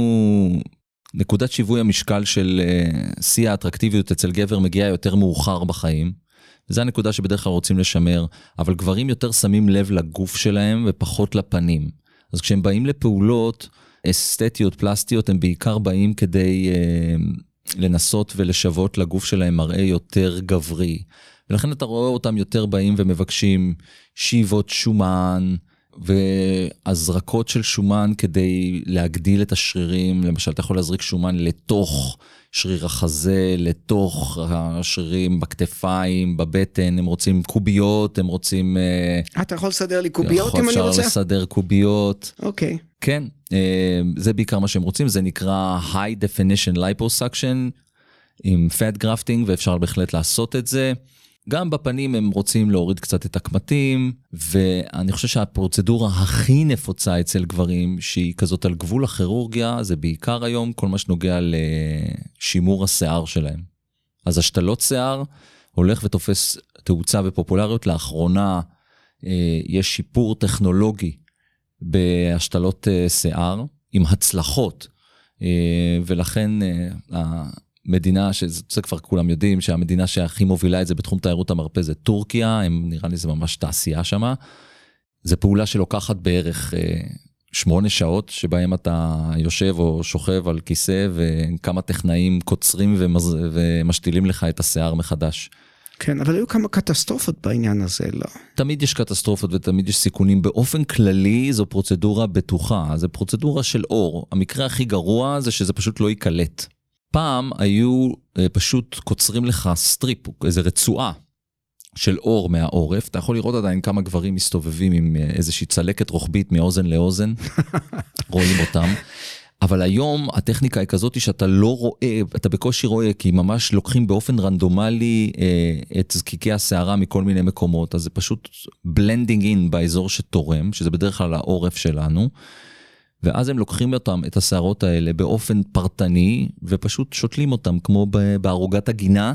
נקודת שיווי המשקל של שיא האטרקטיביות אצל גבר מגיעה יותר מאוחר בחיים. וזו הנקודה שבדרך כלל רוצים לשמר, אבל גברים יותר שמים לב לגוף שלהם ופחות לפנים. אז כשהם באים לפעולות אסתטיות, פלסטיות, הם בעיקר באים כדי אה, לנסות ולשוות לגוף שלהם מראה יותר גברי. ולכן אתה רואה אותם יותר באים ומבקשים שיבות שומן, והזרקות של שומן כדי להגדיל את השרירים. למשל, אתה יכול להזריק שומן לתוך שריר החזה, לתוך השרירים בכתפיים, בבטן, הם רוצים קוביות, הם רוצים... אתה יכול לסדר לי קוביות אם אני רוצה? אפשר לסדר קוביות. אוקיי. כן, זה בעיקר מה שהם רוצים, זה נקרא high definition liposuction עם fat grafting, ואפשר בהחלט לעשות את זה. גם בפנים הם רוצים להוריד קצת את הקמטים, ואני חושב שהפרוצדורה הכי נפוצה אצל גברים, שהיא כזאת על גבול הכירורגיה, זה בעיקר היום כל מה שנוגע לשימור השיער שלהם. אז השתלות שיער הולך ותופס תאוצה ופופולריות. לאחרונה יש שיפור טכנולוגי בהשתלות שיער, עם הצלחות, ולכן המדינה, שזה כבר כולם יודעים, שהמדינה שהכי מובילה את זה בתחום תיירות המרפא זה טורקיה, הם נראה לי זה ממש תעשייה שמה, זה פעולה שלוקחת בערך שמונה שעות, שבהם אתה יושב או שוכב על כיסא, וכמה טכנאים קוצרים ומז... ומשתילים לך את השיער מחדש. כן, אבל היו כמה קטסטרופות בעניין הזה, לא? תמיד יש קטסטרופות ותמיד יש סיכונים. באופן כללי זו פרוצדורה בטוחה, זו פרוצדורה של אור. המקרה הכי גרוע זה שזה פשוט לא יקלט. פעם היו פשוט קוצרים לך סטריפ, איזו רצועה של אור מהעורף. אתה יכול לראות עדיין כמה גברים מסתובבים עם איזושהי צלקת רוחבית מאוזן לאוזן, רואים אותם. אבל היום הטכניקה היא כזאת שאתה לא רואה, אתה בקושי רואה, כי ממש לוקחים באופן רנדומלי אה, את זקיקי השערה מכל מיני מקומות, אז זה פשוט blending in באזור שתורם, שזה בדרך כלל העורף שלנו, ואז הם לוקחים אותם, את השערות האלה באופן פרטני, ופשוט שותלים אותם כמו בערוגת הגינה,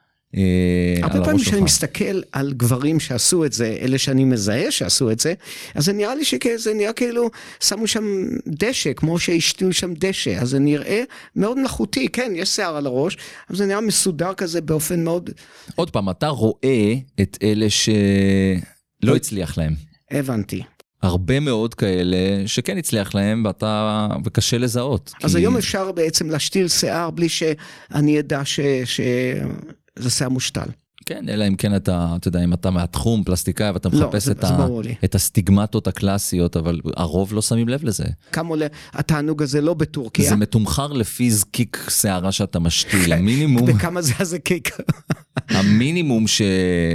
הרבה פעמים שאני מסתכל על גברים שעשו את זה, אלה שאני מזהה שעשו את זה, אז זה נראה לי שזה נראה כאילו שמו שם דשא, כמו שהשתיו שם דשא, אז זה נראה מאוד מלאכותי, כן, יש שיער על הראש, אבל זה נראה מסודר כזה באופן מאוד... עוד פעם, אתה רואה את אלה שלא הצליח להם. הבנתי. הרבה מאוד כאלה שכן הצליח להם, ואתה, וקשה לזהות. אז כי... היום אפשר בעצם להשתיל שיער בלי שאני אדע ש... ש... זה שיער מושתל. כן, אלא אם כן אתה, אתה יודע, אם אתה מהתחום פלסטיקאי, ואתה מחפש לא, את, ה, את הסטיגמטות הקלאסיות, אבל הרוב לא שמים לב לזה. כמה עולה התענוג הזה לא בטורקיה? זה מתומחר לפי זקיק שערה שאתה משתיל. המינימום... בכמה זה הזקיק? המינימום ש...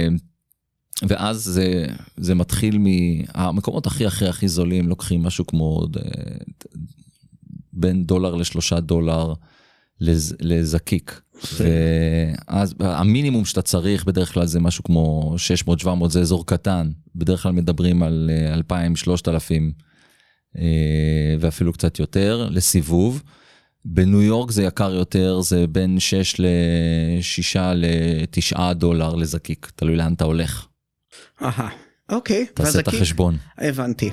ואז זה, זה מתחיל מהמקומות הכי הכי הכי זולים, לוקחים משהו כמו בין דולר לשלושה דולר, לז, לזקיק. ואז המינימום שאתה צריך בדרך כלל זה משהו כמו שש מאות שבע מאות, זה אזור קטן. בדרך כלל מדברים על אלפיים שלושת אלפים ואפילו קצת יותר לסיבוב. בניו יורק זה יקר יותר, זה בין שש לשישה לתשעה דולר לזקיק, תלוי לאן אתה הולך. אהה, אוקיי. תעשה את החשבון. הבנתי.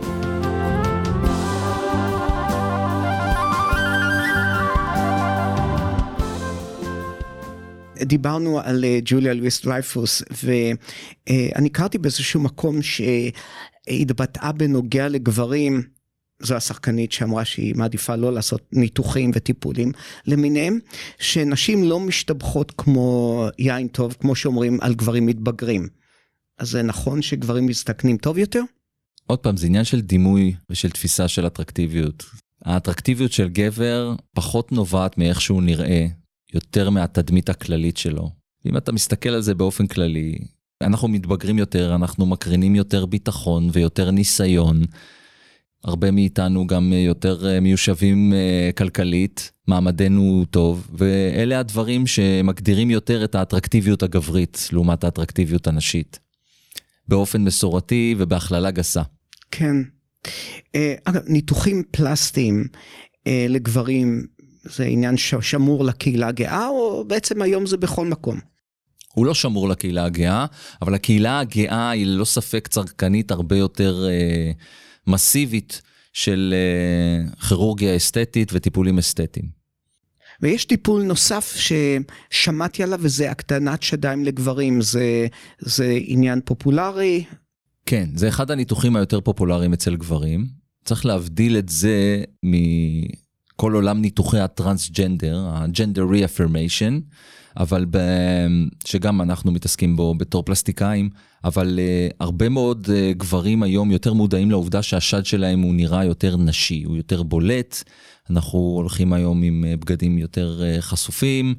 דיברנו על ג'וליה לואיס דרייפוס, ואני קראתי באיזשהו מקום שהתבטאה בנוגע לגברים, זו השחקנית שאמרה שהיא מעדיפה לא לעשות ניתוחים וטיפולים למיניהם, שנשים לא משתבחות כמו יין טוב, כמו שאומרים על גברים מתבגרים. אז זה נכון שגברים מסתכנים טוב יותר? עוד פעם, זה עניין של דימוי ושל תפיסה של אטרקטיביות. האטרקטיביות של גבר פחות נובעת מאיך שהוא נראה, יותר מהתדמית הכללית שלו. אם אתה מסתכל על זה באופן כללי, אנחנו מתבגרים יותר, אנחנו מקרינים יותר ביטחון ויותר ניסיון, הרבה מאיתנו גם יותר מיושבים כלכלית, מעמדנו טוב, ואלה הדברים שמגדירים יותר את האטרקטיביות הגברית, לעומת האטרקטיביות הנשית, באופן מסורתי ובהכללה גסה. כן. אגב, ניתוחים פלסטיים לגברים, זה עניין שמור לקהילה הגאה, או בעצם היום זה בכל מקום? הוא לא שמור לקהילה הגאה, אבל הקהילה הגאה היא ללא ספק צרכנית הרבה יותר אה, מסיבית של אה, כירורגיה אסתטית וטיפולים אסתטיים. ויש טיפול נוסף ששמעתי עליו, וזה הקטנת שדיים לגברים, זה, זה עניין פופולרי? כן, זה אחד הניתוחים היותר פופולריים אצל גברים. צריך להבדיל את זה מ... כל עולם ניתוחי הטרנסג'נדר, הג'נדר ריאפרמיישן, אבל ב... שגם אנחנו מתעסקים בו בתור פלסטיקאים, אבל uh, הרבה מאוד uh, גברים היום יותר מודעים לעובדה שהשד שלהם הוא נראה יותר נשי, הוא יותר בולט, אנחנו הולכים היום עם uh, בגדים יותר uh, חשופים,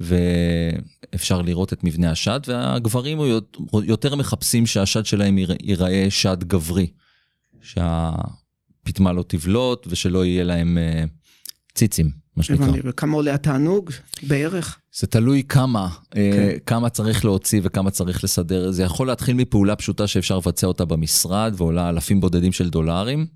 ואפשר לראות את מבנה השד, והגברים יותר מחפשים שהשד שלהם ייראה שד גברי, שהפתמה לא תבלוט, ושלא יהיה להם... Uh, ציצים, מה שנקרא. וכמה עולה התענוג בערך? זה תלוי כמה, כמה צריך להוציא וכמה צריך לסדר. זה יכול להתחיל מפעולה פשוטה שאפשר לבצע אותה במשרד, ועולה אלפים בודדים של דולרים,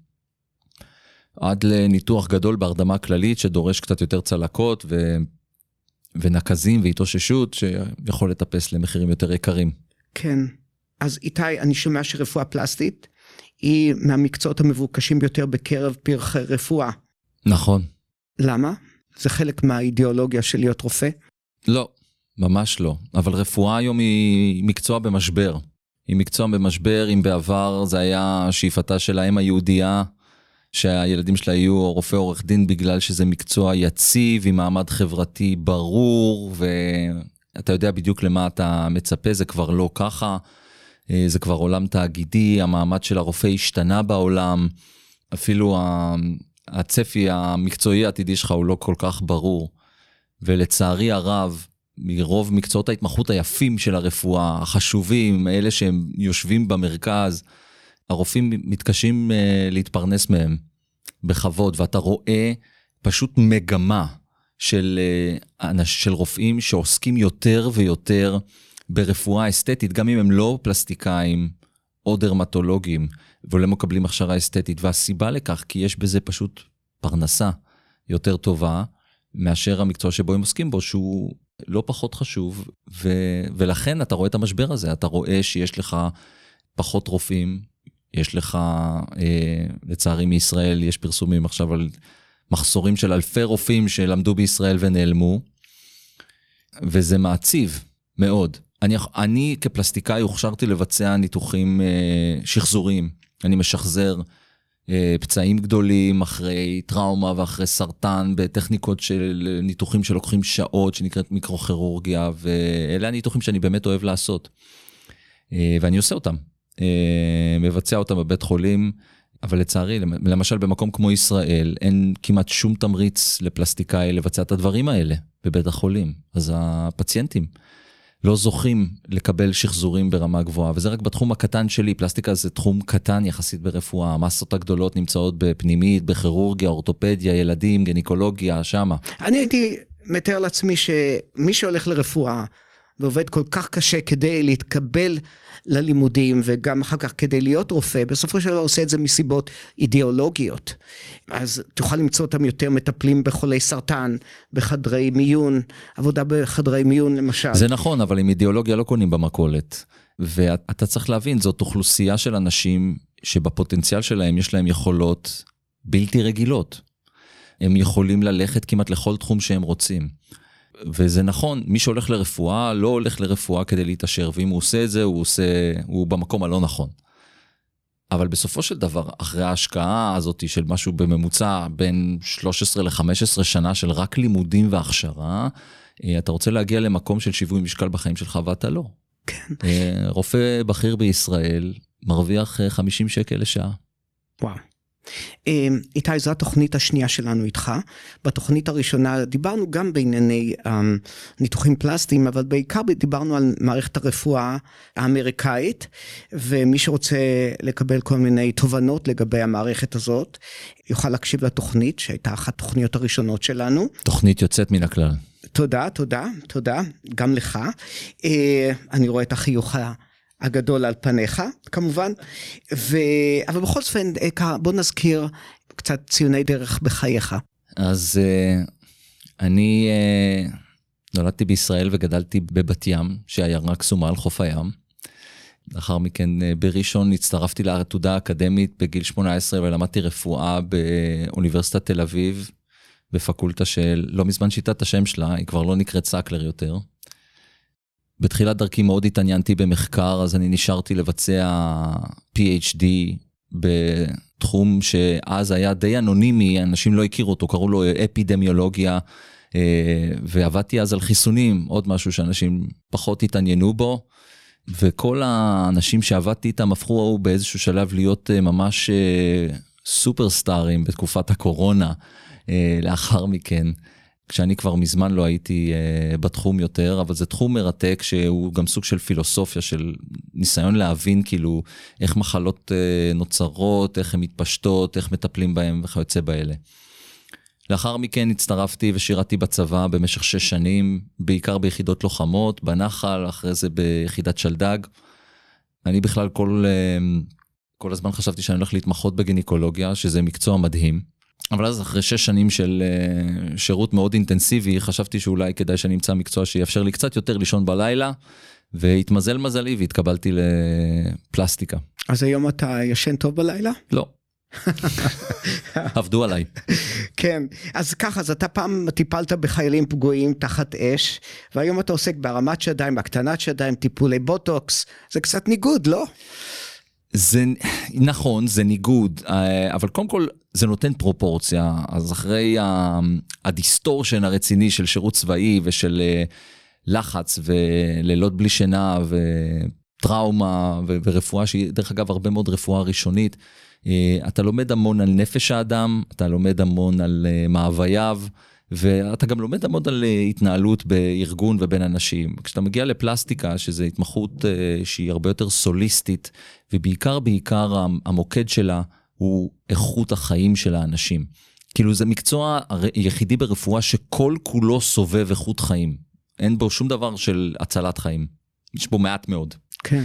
עד לניתוח גדול בהרדמה כללית, שדורש קצת יותר צלקות ו... ונקזים והתאוששות, שיכול לטפס למחירים יותר יקרים. כן. אז איתי, אני שומע שרפואה פלסטית, היא מהמקצועות המבוקשים ביותר בקרב פרחי רפואה. נכון. למה? זה חלק מהאידיאולוגיה של להיות רופא? לא, ממש לא. אבל רפואה היום היא מקצוע במשבר. היא מקצוע במשבר, אם בעבר זה היה שאיפתה של האם היהודייה, שהילדים שלה יהיו רופא עורך דין בגלל שזה מקצוע יציב, עם מעמד חברתי ברור, ואתה יודע בדיוק למה אתה מצפה, זה כבר לא ככה, זה כבר עולם תאגידי, המעמד של הרופא השתנה בעולם, אפילו ה... הצפי המקצועי העתידי שלך הוא לא כל כך ברור, ולצערי הרב, מרוב מקצועות ההתמחות היפים של הרפואה, החשובים, אלה שהם יושבים במרכז, הרופאים מתקשים להתפרנס מהם בכבוד, ואתה רואה פשוט מגמה של, של רופאים שעוסקים יותר ויותר ברפואה אסתטית, גם אם הם לא פלסטיקאים או דרמטולוגים, ולא מקבלים הכשרה אסתטית, והסיבה לכך, כי יש בזה פשוט פרנסה יותר טובה, מאשר המקצוע שבו הם עוסקים בו, שהוא לא פחות חשוב, ו- ולכן אתה רואה את המשבר הזה, אתה רואה שיש לך פחות רופאים, יש לך, אה, לצערי מישראל, יש פרסומים עכשיו על מחסורים של אלפי רופאים שלמדו בישראל ונעלמו, וזה מעציב מאוד. אני, אני כפלסטיקאי הוכשרתי לבצע ניתוחים אה, שחזוריים, אני משחזר אה, פצעים גדולים אחרי טראומה ואחרי סרטן, בטכניקות של ניתוחים שלוקחים שעות, שנקראת מיקרוכירורגיה, ואלה הניתוחים שאני באמת אוהב לעשות, אה, ואני עושה אותם, אה, מבצע אותם בבית חולים, אבל לצערי, למשל במקום כמו ישראל, אין כמעט שום תמריץ לפלסטיקאי לבצע את הדברים האלה בבית החולים, אז הפציינטים לא זוכים לקבל שחזורים ברמה גבוהה, וזה רק בתחום הקטן שלי, פלסטיקה זה תחום קטן יחסית ברפואה, המסות הגדולות נמצאות בפנימית, בכירורגיה, אורתופדיה, ילדים, גניקולוגיה, שמה. אני הייתי מתאר לעצמי שמי שהולך לרפואה, ועובד כל כך קשה כדי להתקבל ללימודים, וגם אחר כך כדי להיות רופא, בסופו של דבר עושה את זה מסיבות אידיאולוגיות. אז תוכל למצוא אותם יותר מטפלים בחולי סרטן, בחדרי מיון, עבודה בחדרי מיון למשל. זה נכון, אבל עם אידיאולוגיה לא קונים במכולת. ואתה צריך להבין, זאת אוכלוסייה של אנשים שבפוטנציאל שלהם יש להם יכולות בלתי רגילות. הם יכולים ללכת כמעט לכל תחום שהם רוצים. וזה נכון, מי שהולך לרפואה, לא הולך לרפואה כדי להתאשר, ואם הוא עושה את זה, הוא עושה, הוא במקום הלא נכון. אבל בסופו של דבר, אחרי ההשקעה הזאת של משהו בממוצע, בין שלוש עשרה ל-חמש עשרה שנה של רק לימודים והכשרה, אתה רוצה להגיע למקום של שיווי משקל בחיים שלך, ואתה לא. כן. רופא בכיר בישראל, מרוויח חמישים שקל לשעה. וואו. איתי, זו התוכנית השנייה שלנו איתך. בתוכנית הראשונה דיברנו גם בענייני um, ניתוחים פלסטיים, אבל בעיקר דיברנו על מערכת הרפואה האמריקאית, ומי שרוצה לקבל כל מיני תובנות לגבי המערכת הזאת, יוכל להקשיב לתוכנית, שהייתה אחת התוכניות הראשונות שלנו. תוכנית יוצאת מן הכלל. תודה, תודה, תודה, גם לך. אני רואה את החיוך הגדול על פניך, כמובן, ו... אבל בכל זאת, בוא נזכיר קצת ציוני דרך בחייך. אז אני נולדתי בישראל וגדלתי בבת ים, שהעיירה קסומה על חוף הים. לאחר מכן בראשון הצטרפתי לעתודה האקדמית בגיל שמונה עשרה, ולמדתי רפואה באוניברסיטת תל אביב, בפקולטה של לא מזמן שיטת את השם שלה, היא כבר לא נקראת סקלר יותר. בתחילת דרכי מאוד התעניינתי במחקר, אז אני נשארתי לבצע פי אייץ' די בתחום שאז היה די אנונימי, אנשים לא הכירו אותו, קראו לו אפידמיולוגיה, ועבדתי אז על חיסונים, עוד משהו שאנשים פחות התעניינו בו, וכל האנשים שעבדתי איתם הפכו באיזשהו שלב להיות ממש סופרסטארים בתקופת הקורונה, לאחר מכן. כשאני כבר מזמן לא הייתי uh, בתחום יותר, אבל זה תחום מרתק שהוא גם סוג של פילוסופיה, של ניסיון להבין כאילו איך מחלות uh, נוצרות, איך הן מתפשטות, איך מטפלים בהן וכיוצא באלה. לאחר מכן הצטרפתי ושירתי בצבא במשך שש שנים, בעיקר ביחידות לוחמות, בנחל, אחרי זה ביחידת שלדג. אני בכלל כל, uh, כל הזמן חשבתי שאני הולך להתמחות בגינקולוגיה, שזה מקצוע מדהים. אבל אז אחרי שש שנים של uh, שירות מאוד אינטנסיבי, חשבתי שאולי כדאי שאני אמצא מקצוע שיאפשר לי קצת יותר לישון בלילה, והתמזל מזלי והתקבלתי לפלסטיקה. אז היום אתה ישן טוב בלילה? לא. עבדו עליי. כן, אז ככה, אז אתה פעם טיפלת בחיילים פגועים תחת אש, והיום אתה עוסק בהרמת שדיים, בהקטנת שדיים, טיפולי בוטוקס, זה קצת ניגוד, לא? זה נכון, זה ניגוד, אבל קודם כל זה נותן פרופורציה, אז אחרי הדיסטורשן הרציני של שירות צבאי ושל לחץ ולילות בלי שינה וטראומה ורפואה, שהיא דרך אגב הרבה מאוד רפואה ראשונית, אתה לומד המון על נפש האדם, אתה לומד המון על מאווייו, ואתה גם לומד המון על התנהלות בארגון ובין אנשים. כשאתה מגיע לפלסטיקה, שזו התמחות שהיא הרבה יותר סוליסטית, ובעיקר בעיקר המוקד שלה הוא איכות החיים של האנשים. כאילו זה מקצוע יחידי ברפואה שכל כולו סובב איכות חיים. אין בו שום דבר של הצלת חיים. יש בו מעט מאוד. כן.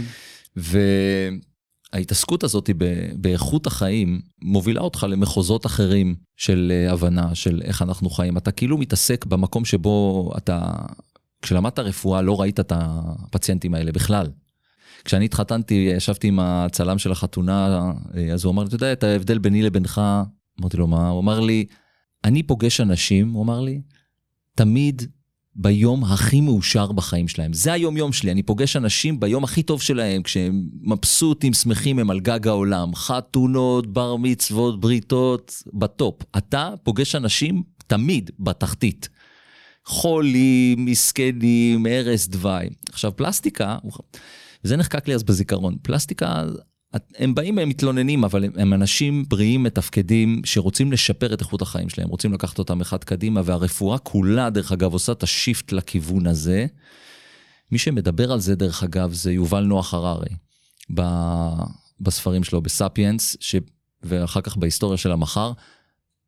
וההתעסקות הזאת באיכות החיים מובילה אותך למחוזות אחרים של הבנה של איך אנחנו חיים. אתה כאילו מתעסק במקום שבו אתה, כשלמדת רפואה לא ראית את הפציינטים האלה בכלל. כשאני התחתנתי, ישבתי עם הצלם של החתונה, אז הוא אמר לי, אתה יודע, את ההבדל ביני לבינך, אמרתי לו, מה? הוא אמר לי, אני פוגש אנשים, הוא אמר לי, תמיד ביום הכי מאושר בחיים שלהם. זה היום יום שלי, אני פוגש אנשים ביום הכי טוב שלהם, כשהם מבסוטים, שמחים, הם על גג העולם, חתונות, בר מצוות, בריתות, בטופ. אתה פוגש אנשים תמיד בתחתית. חולים, מסכנים, הרס דווי. עכשיו, פלסטיקה, וזה נחקק לי אז בזיכרון, פלסטיקה, הם באים, הם מתלוננים, אבל הם, הם אנשים בריאים, מתפקדים, שרוצים לשפר את איכות החיים שלהם, רוצים לקחת אותם אחד קדימה, והרפואה כולה, דרך אגב, עושה את השיפט לכיוון הזה. מי שמדבר על זה, דרך אגב, זה יובל נוח הררי, ב, בספרים שלו, בספיאנס, ש, ואחר כך בהיסטוריה של המחר,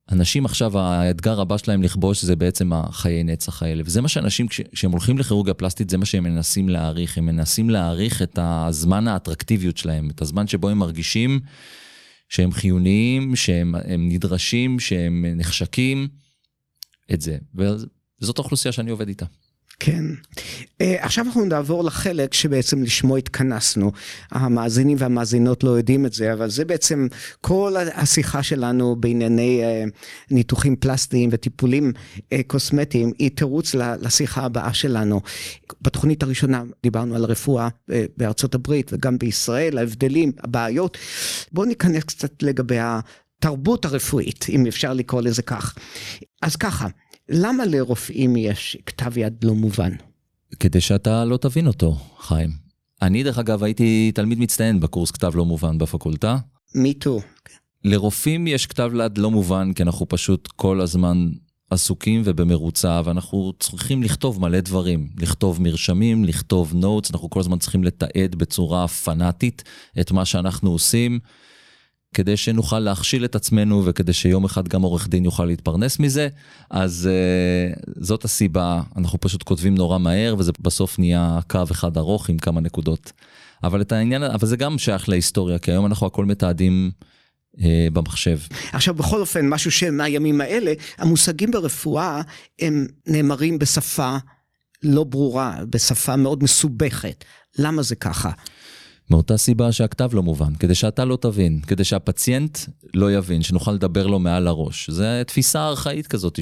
אנשים עכשיו, האתגר הבא שלהם לכבוש זה בעצם החיי נצח האלה, וזה מה שאנשים, כשהם הולכים לכירורגיה פלסטית, זה מה שהם מנסים להעריך, הם מנסים להעריך את הזמן האטרקטיביות שלהם, את הזמן שבו הם מרגישים שהם חיוניים, שהם נדרשים, שהם נחשקים, את זה, וזאת האוכלוסייה שאני עובד איתה. כן. עכשיו אנחנו נעבור לחלק שבעצם לשמו התכנסנו. המאזינים והמאזינות לא יודעים את זה, אבל זה בעצם כל השיחה שלנו בענייני ניתוחים פלסטיים וטיפולים קוסמטיים, היא תירוץ לשיחה הבאה שלנו. בתוכנית הראשונה דיברנו על רפואה בארצות הברית וגם בישראל, ההבדלים, הבעיות. בואו ניכנס קצת לגבי התרבות הרפואית, אם אפשר לקרוא לזה כך. אז ככה, למה לרופאים יש כתב יד לא מובן? כדי שאתה לא תבין אותו, חיים. אני דרך אגב הייתי תלמיד מצטיין בקורס כתב לא מובן בפקולטה. מי תו. לרופאים יש כתב יד לא מובן, כי אנחנו פשוט כל הזמן עסוקים ובמרוצה, ואנחנו צריכים לכתוב מלא דברים. לכתוב מרשמים, לכתוב נוטס, אנחנו כל הזמן צריכים לתעד בצורה פנאטית את מה שאנחנו עושים, כדי שנוכל להכשיל את עצמנו, וכדי שיום אחד גם עורך דין יוכל להתפרנס מזה, אז uh, זאת הסיבה, אנחנו פשוט כותבים נורא מהר, וזה בסוף נהיה קו אחד ארוך עם כמה נקודות. אבל את העניין, אבל זה גם שייך להיסטוריה, כי היום אנחנו הכל מתעדים uh, במחשב. עכשיו בכל אופן, משהו שמהימים האלה, המושגים ברפואה, הם נאמרים בשפה לא ברורה, בשפה מאוד מסובכת. למה זה ככה? מאותה סיבה שהכתב לא מובן, כדי שאתה לא תבין, כדי שהפציינט לא יבין, שנוכל לדבר לו מעל הראש. זו תפיסה ארכאית כזאת,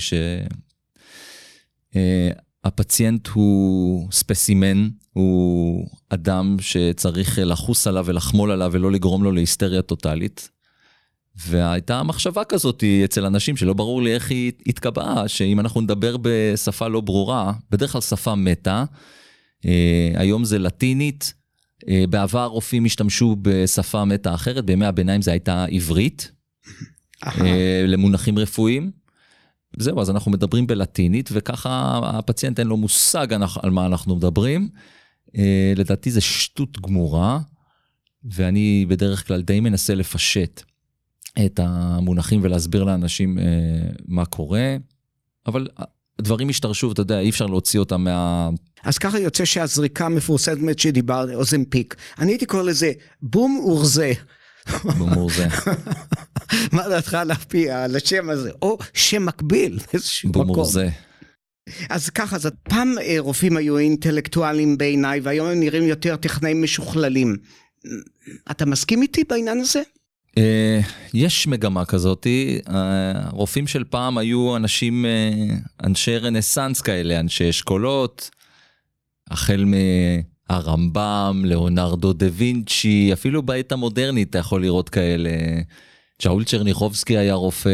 שהפציינט הוא ספסימן, הוא אדם שצריך לחוס עליו ולחמול עליו, ולא לגרום לו להיסטריה טוטלית. והייתה מחשבה כזאת אצל אנשים, שלא ברור לי איך היא התקבעה, שאם אנחנו נדבר בשפה לא ברורה, בדרך כלל שפה מטה, היום זה לטינית, בעבר רופאים השתמשו בשפה מטה אחרת, בימי הביניים זה הייתה עברית, למונחים רפואיים. זהו, אז אנחנו מדברים בלטינית, וככה הפציינט אין לו מושג על מה אנחנו מדברים. לדעתי זה שטות גמורה, ואני בדרך כלל די מנסה לפשט את המונחים ולהסביר לאנשים מה קורה, אבל דברים השתרשו, ואתה יודע, אי אפשר להוציא אותם מה... אז ככה יוצא שהזריקה המפורסמת שדיבר, אוזמפיק, אני הייתי קורא לזה בום אורזה. בום אורזה. מה דעתך להפיע על השם הזה? או שם מקביל, איזשהו מקום. בום אורזה. אז ככה, אז פעם רופאים היו אינטלקטואלים בעיניי, והיום הם נראים יותר טכנאים משוכללים. אתה מסכים איתי בעניין הזה? יש מגמה כזאת, הרופאים של פעם היו אנשים, אנשי רנסנס כאלה, אנשי אשכולות, החל מהרמב"ם, ליאונרדו דה וינצ'י, אפילו בעת המודרנית אתה יכול לראות כאלה, שאול צ'רניחובסקי היה רופא,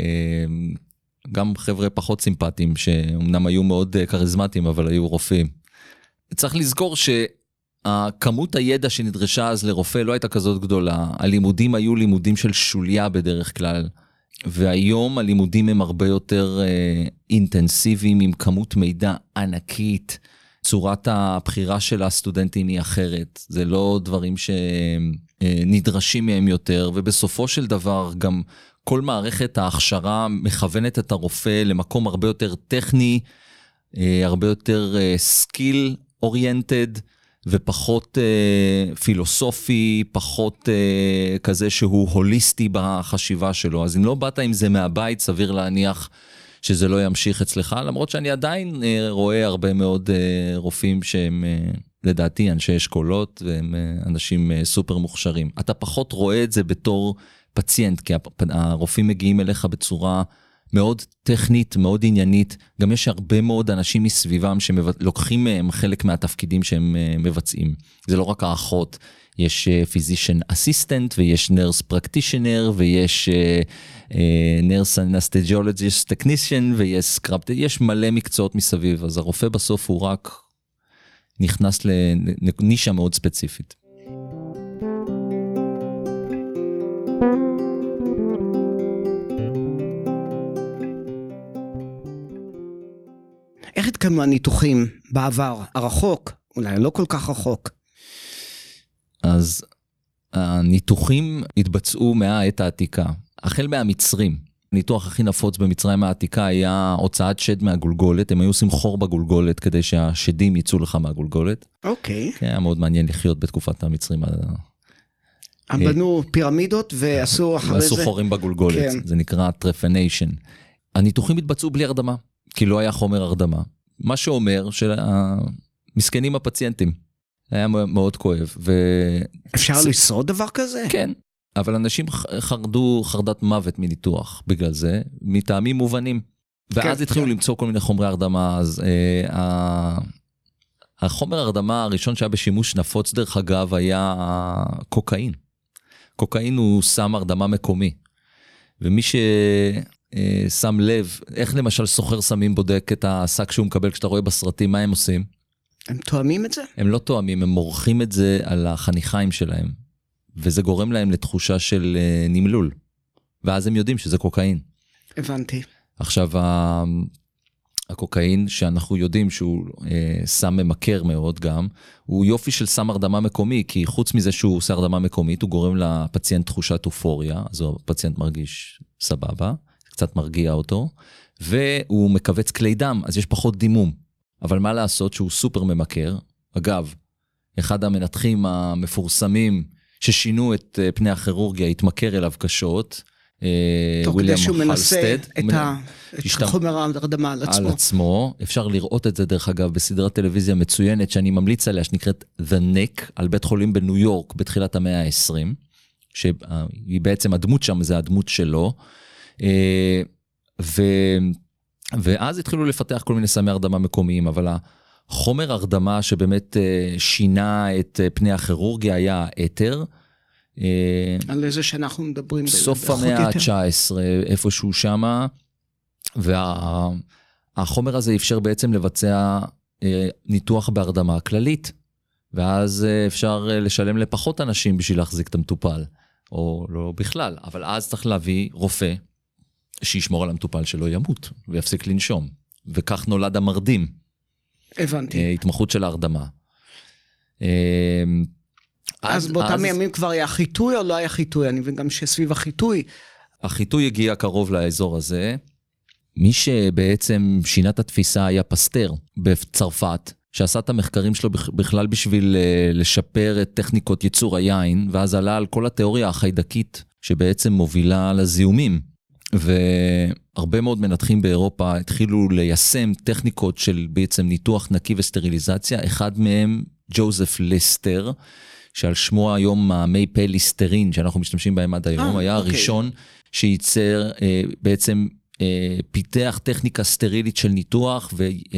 גם חבר'ה פחות סימפטיים, שאומנם היו מאוד קריזמטיים, אבל היו רופאים. צריך לזכור ש... הכמות הידע שנדרשה אז לרופא לא הייתה כזאת גדולה, הלימודים היו לימודים של שוליה בדרך כלל, והיום הלימודים הם הרבה יותר אה, אינטנסיביים, עם כמות מידע ענקית, צורת הבחירה של הסטודנטים היא אחרת, זה לא דברים שנדרשים מהם יותר, ובסופו של דבר גם כל מערכת ההכשרה מכוונת את הרופא למקום הרבה יותר טכני, אה, הרבה יותר סקיל אוריינטד, ופחות אה, פילוסופי, פחות אה, כזה שהוא הוליסטי בחשיבה שלו. אז אם לא באת עם זה מהבית, סביר להניח שזה לא ימשיך אצלך, למרות שאני עדיין אה, רואה הרבה מאוד אה, רופאים שהם אה, לדעתי אנשי אשכולות, והם אה, אנשים אה, סופר מוכשרים. אתה פחות רואה את זה בתור פציינט, כי הרופאים מגיעים אליך בצורה מאוד טכנית, מאוד עניינית, גם יש הרבה מאוד אנשים מסביבם שלוקחים מהם חלק מהתפקידים שהם מבצעים. זה לא רק האחות, יש פיזישן אסיסטנט, ויש נרס פרקטישנר, ויש נרס אנסתיג'יולוגיסט טכנישן, ויש סקראפ, יש מלא מקצועות מסביב, אז הרופא בסוף הוא רק נכנס לנישה מאוד ספציפית. איך התקיימו הניתוחים בעבר הרחוק, אולי לא כל כך רחוק? אז הניתוחים התבצעו מהעת העתיקה, החל מהמצרים. הניתוח הכי נפוץ במצרים העתיקה היה הוצאת שד מהגולגולת, הם היו עושים חור בגולגולת כדי שהשדים יצאו לך מהגולגולת. אוקיי. כן, היה מאוד מעניין לחיות בתקופת המצרים. הם בנו פירמידות ועשו אחרי זה... ועשו חורים בגולגולת, כן. זה נקרא טרפניישן. הניתוחים התבצעו בלי הרדמה, כי לא היה חומר הרדמה. מה שאומר שמסכנים הפציינטים, היה מאוד כואב. ו... אפשר לשרוד דבר כזה? כן. אבל אנשים חרדו חרדת מוות מניתוח בגלל זה, מטעמים מובנים. ואז התחילו למצוא כל מיני חומרי הרדמה, אז אה, החומר הרדמה הראשון שהיה בשימוש נפוץ דרך אגב היה קוקאין. קוקאין הוא סם הרדמה מקומי. ומי ששם לב, איך למשל סוחר סמים בודק את השק שהוא מקבל כשאתה רואה בסרטים, מה הם עושים? הם תואמים את זה? הם לא תואמים, הם מורחים את זה על החניכיים שלהם. וזה גורם להם לתחושה של נמלול. ואז הם יודעים שזה קוקאין. הבנתי. עכשיו, הקוקאין, שאנחנו יודעים שהוא סם ממכר מאוד גם, הוא יופי של סם הרדמה מקומי, כי חוץ מזה שהוא עושה הרדמה מקומית, הוא גורם לפציינט תחושת אופוריה, אז הפציינט מרגיש סבבה, קצת מרגיע אותו, והוא מקבץ כלי דם, אז יש פחות דימום. אבל מה לעשות שהוא סופר ממכר? אגב, אחד המנתחים המפורסמים, ששינו את פני הכירורגיה, התמכר אליו קשות, תוך כדי שהוא מנסה את החומר הרדמה על עצמו. על עצמו, אפשר לראות את זה דרך אגב בסדרת טלוויזיה מצוינת, שאני ממליץ עליה, שנקראת The Neck, על בית חולים בניו יורק, בתחילת המאה ה-עשרים, שהיא בעצם הדמות שם, זה הדמות שלו, ו... ואז התחילו לפתח כל מיני סמי הרדמה מקומיים, אבל החומר הרדמה שבאמת שינה את פני הכירורגיה היה האתר. על איזה שאנחנו מדברים? סוף המאה ה-תשע עשרה, איפשהו שמה, והחומר הזה אפשר בעצם לבצע ניתוח בהרדמה כללית, ואז אפשר לשלם לפחות אנשים בשביל להחזיק את המטופל, או לא בכלל, אבל אז צריך להביא רופא, שישמור על המטופל שלא ימות, ויפסיק לנשום, וכך נולד המרדים. הבנתי. התמחות של ההרדמה. אז באותם ימים כבר היה חיטוי או לא היה חיטוי? אני מבין גם שסביב החיטוי. החיטוי הגיע קרוב לאזור הזה. מי שבעצם שינה את התפיסה היה פסטר בצרפת, שעשה את המחקרים שלו בכלל בשביל לשפר את טכניקות ייצור היין, ואז עלה על כל התיאוריה החיידקית שבעצם מובילה לזיהומים. והרבה מאוד מנתחים באירופה התחילו ליישם טכניקות של בעצם ניתוח נקי וסטריליזציה, אחד מהם ג'וזף ליסטר, שעל שמו היום המי פה ליסטרין, שאנחנו משתמשים בהם עד היום, היה הראשון שייצר, בעצם פיתח טכניקה סטרילית של ניתוח,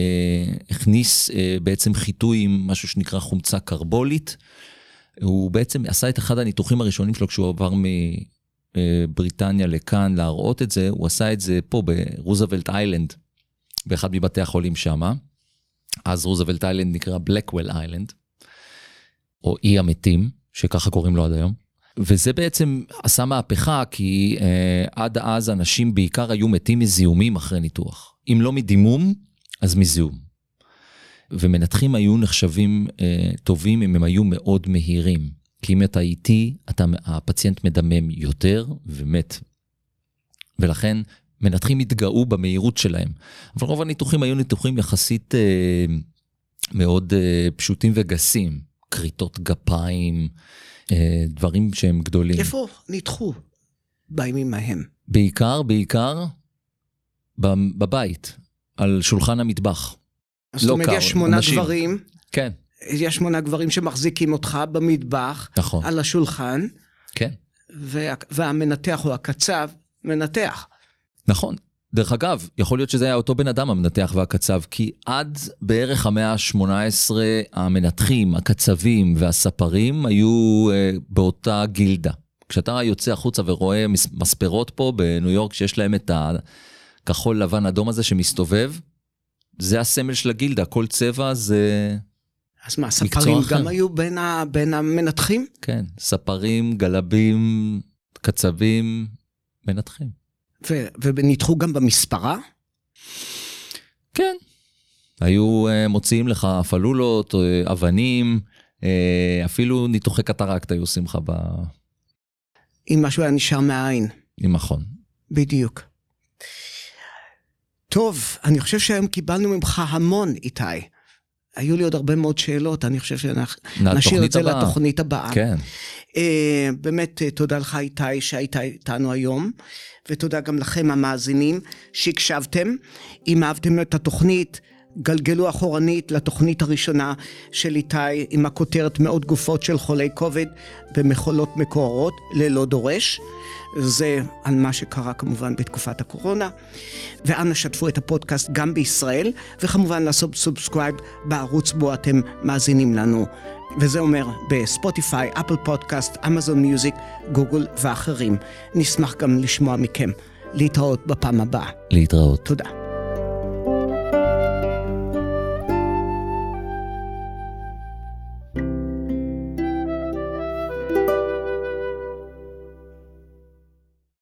והכניס בעצם חיטוי עם משהו שנקרא חומצה קרבולית, הוא בעצם עשה את אחד הניתוחים הראשונים שלו, כשהוא עבר מבריטניה לכאן להראות את זה, הוא עשה את זה פה ברוזוולט איילנד, באחד מבתי החולים שמה, אז רוזוולט איילנד נקרא בלקוול איילנד, או אי המתים, שככה קוראים לו עד היום. וזה בעצם עשה מהפכה, כי אה, עד אז אנשים בעיקר היו מתים מזיהומים אחרי ניתוח. אם לא מדימום, אז מזיהום. ומנתחים היו נחשבים אה, טובים אם הם היו מאוד מהירים. כי אם אתה איתי, אתה, הפציינט מדמם יותר ומת. ולכן מנתחים התגאו במהירות שלהם. אבל רוב הניתוחים היו ניתוחים יחסית אה, מאוד אה, פשוטים וגסים. קריטות גפיים, דברים שהם גדולים. איפה ניתחו בימים ההם? בעיקר, בעיקר, בבית, על שולחן המטבח. אז זאת אומרת, יש שמונה גברים. כן. יש שמונה גברים שמחזיקים אותך במטבח, נכון. על השולחן. כן. והמנתח או הקצב מנתח. נכון. דרך אגב, יכול להיות שזה היה אותו בן אדם המנתח והקצב, כי עד בערך המאה ה-שמונה עשרה המנתחים, הקצבים והספרים היו אה, באותה גילדה. כשאתה יוצא החוצה ורואה מספרות פה בניו יורק, שיש להם את הכחול לבן אדום הזה שמסתובב, זה הסמל של הגילדה, כל צבע זה אז מה, ספרים גם היו בין, ה, בין המנתחים? כן, ספרים, גלבים, קצבים, מנתחים. ו- וניתחו גם במספרה? כן. היו uh, מוציאים לך פלולות, uh, אבנים, uh, אפילו ניתוחי קטרקט היו עושים לך ב... אם משהו היה נשאר מהעין. אם נכון. בדיוק. טוב, אני חושב שהיום קיבלנו ממך המון, איתי. היו לי עוד הרבה מאוד שאלות, אני חושב שנשאיר את זה הבאה. לתוכנית הבאה. כן. Uh, באמת, uh, תודה לך איתי שהיית איתנו היום, ותודה גם לכם המאזינים שהקשבתם. אם אהבתם את התוכנית, גלגלו אחורנית לתוכנית הראשונה של איתי, עם הכותרת מאות גופות של חולי קוביד במחולות מקוררות, ללא דורש. זה על מה שקרה כמובן בתקופת הקורונה. ואנא שתפו את הפודקאסט גם בישראל, וכמובן לעשות סובסקרייב בערוץ בו אתם מאזינים לנו. וזה אומר בספוטיפיי, אפל פודקאסט, אמזון מיוזיק, גוגל ואחרים. נשמח גם לשמוע מכם. להתראות בפעם הבאה. להתראות. תודה.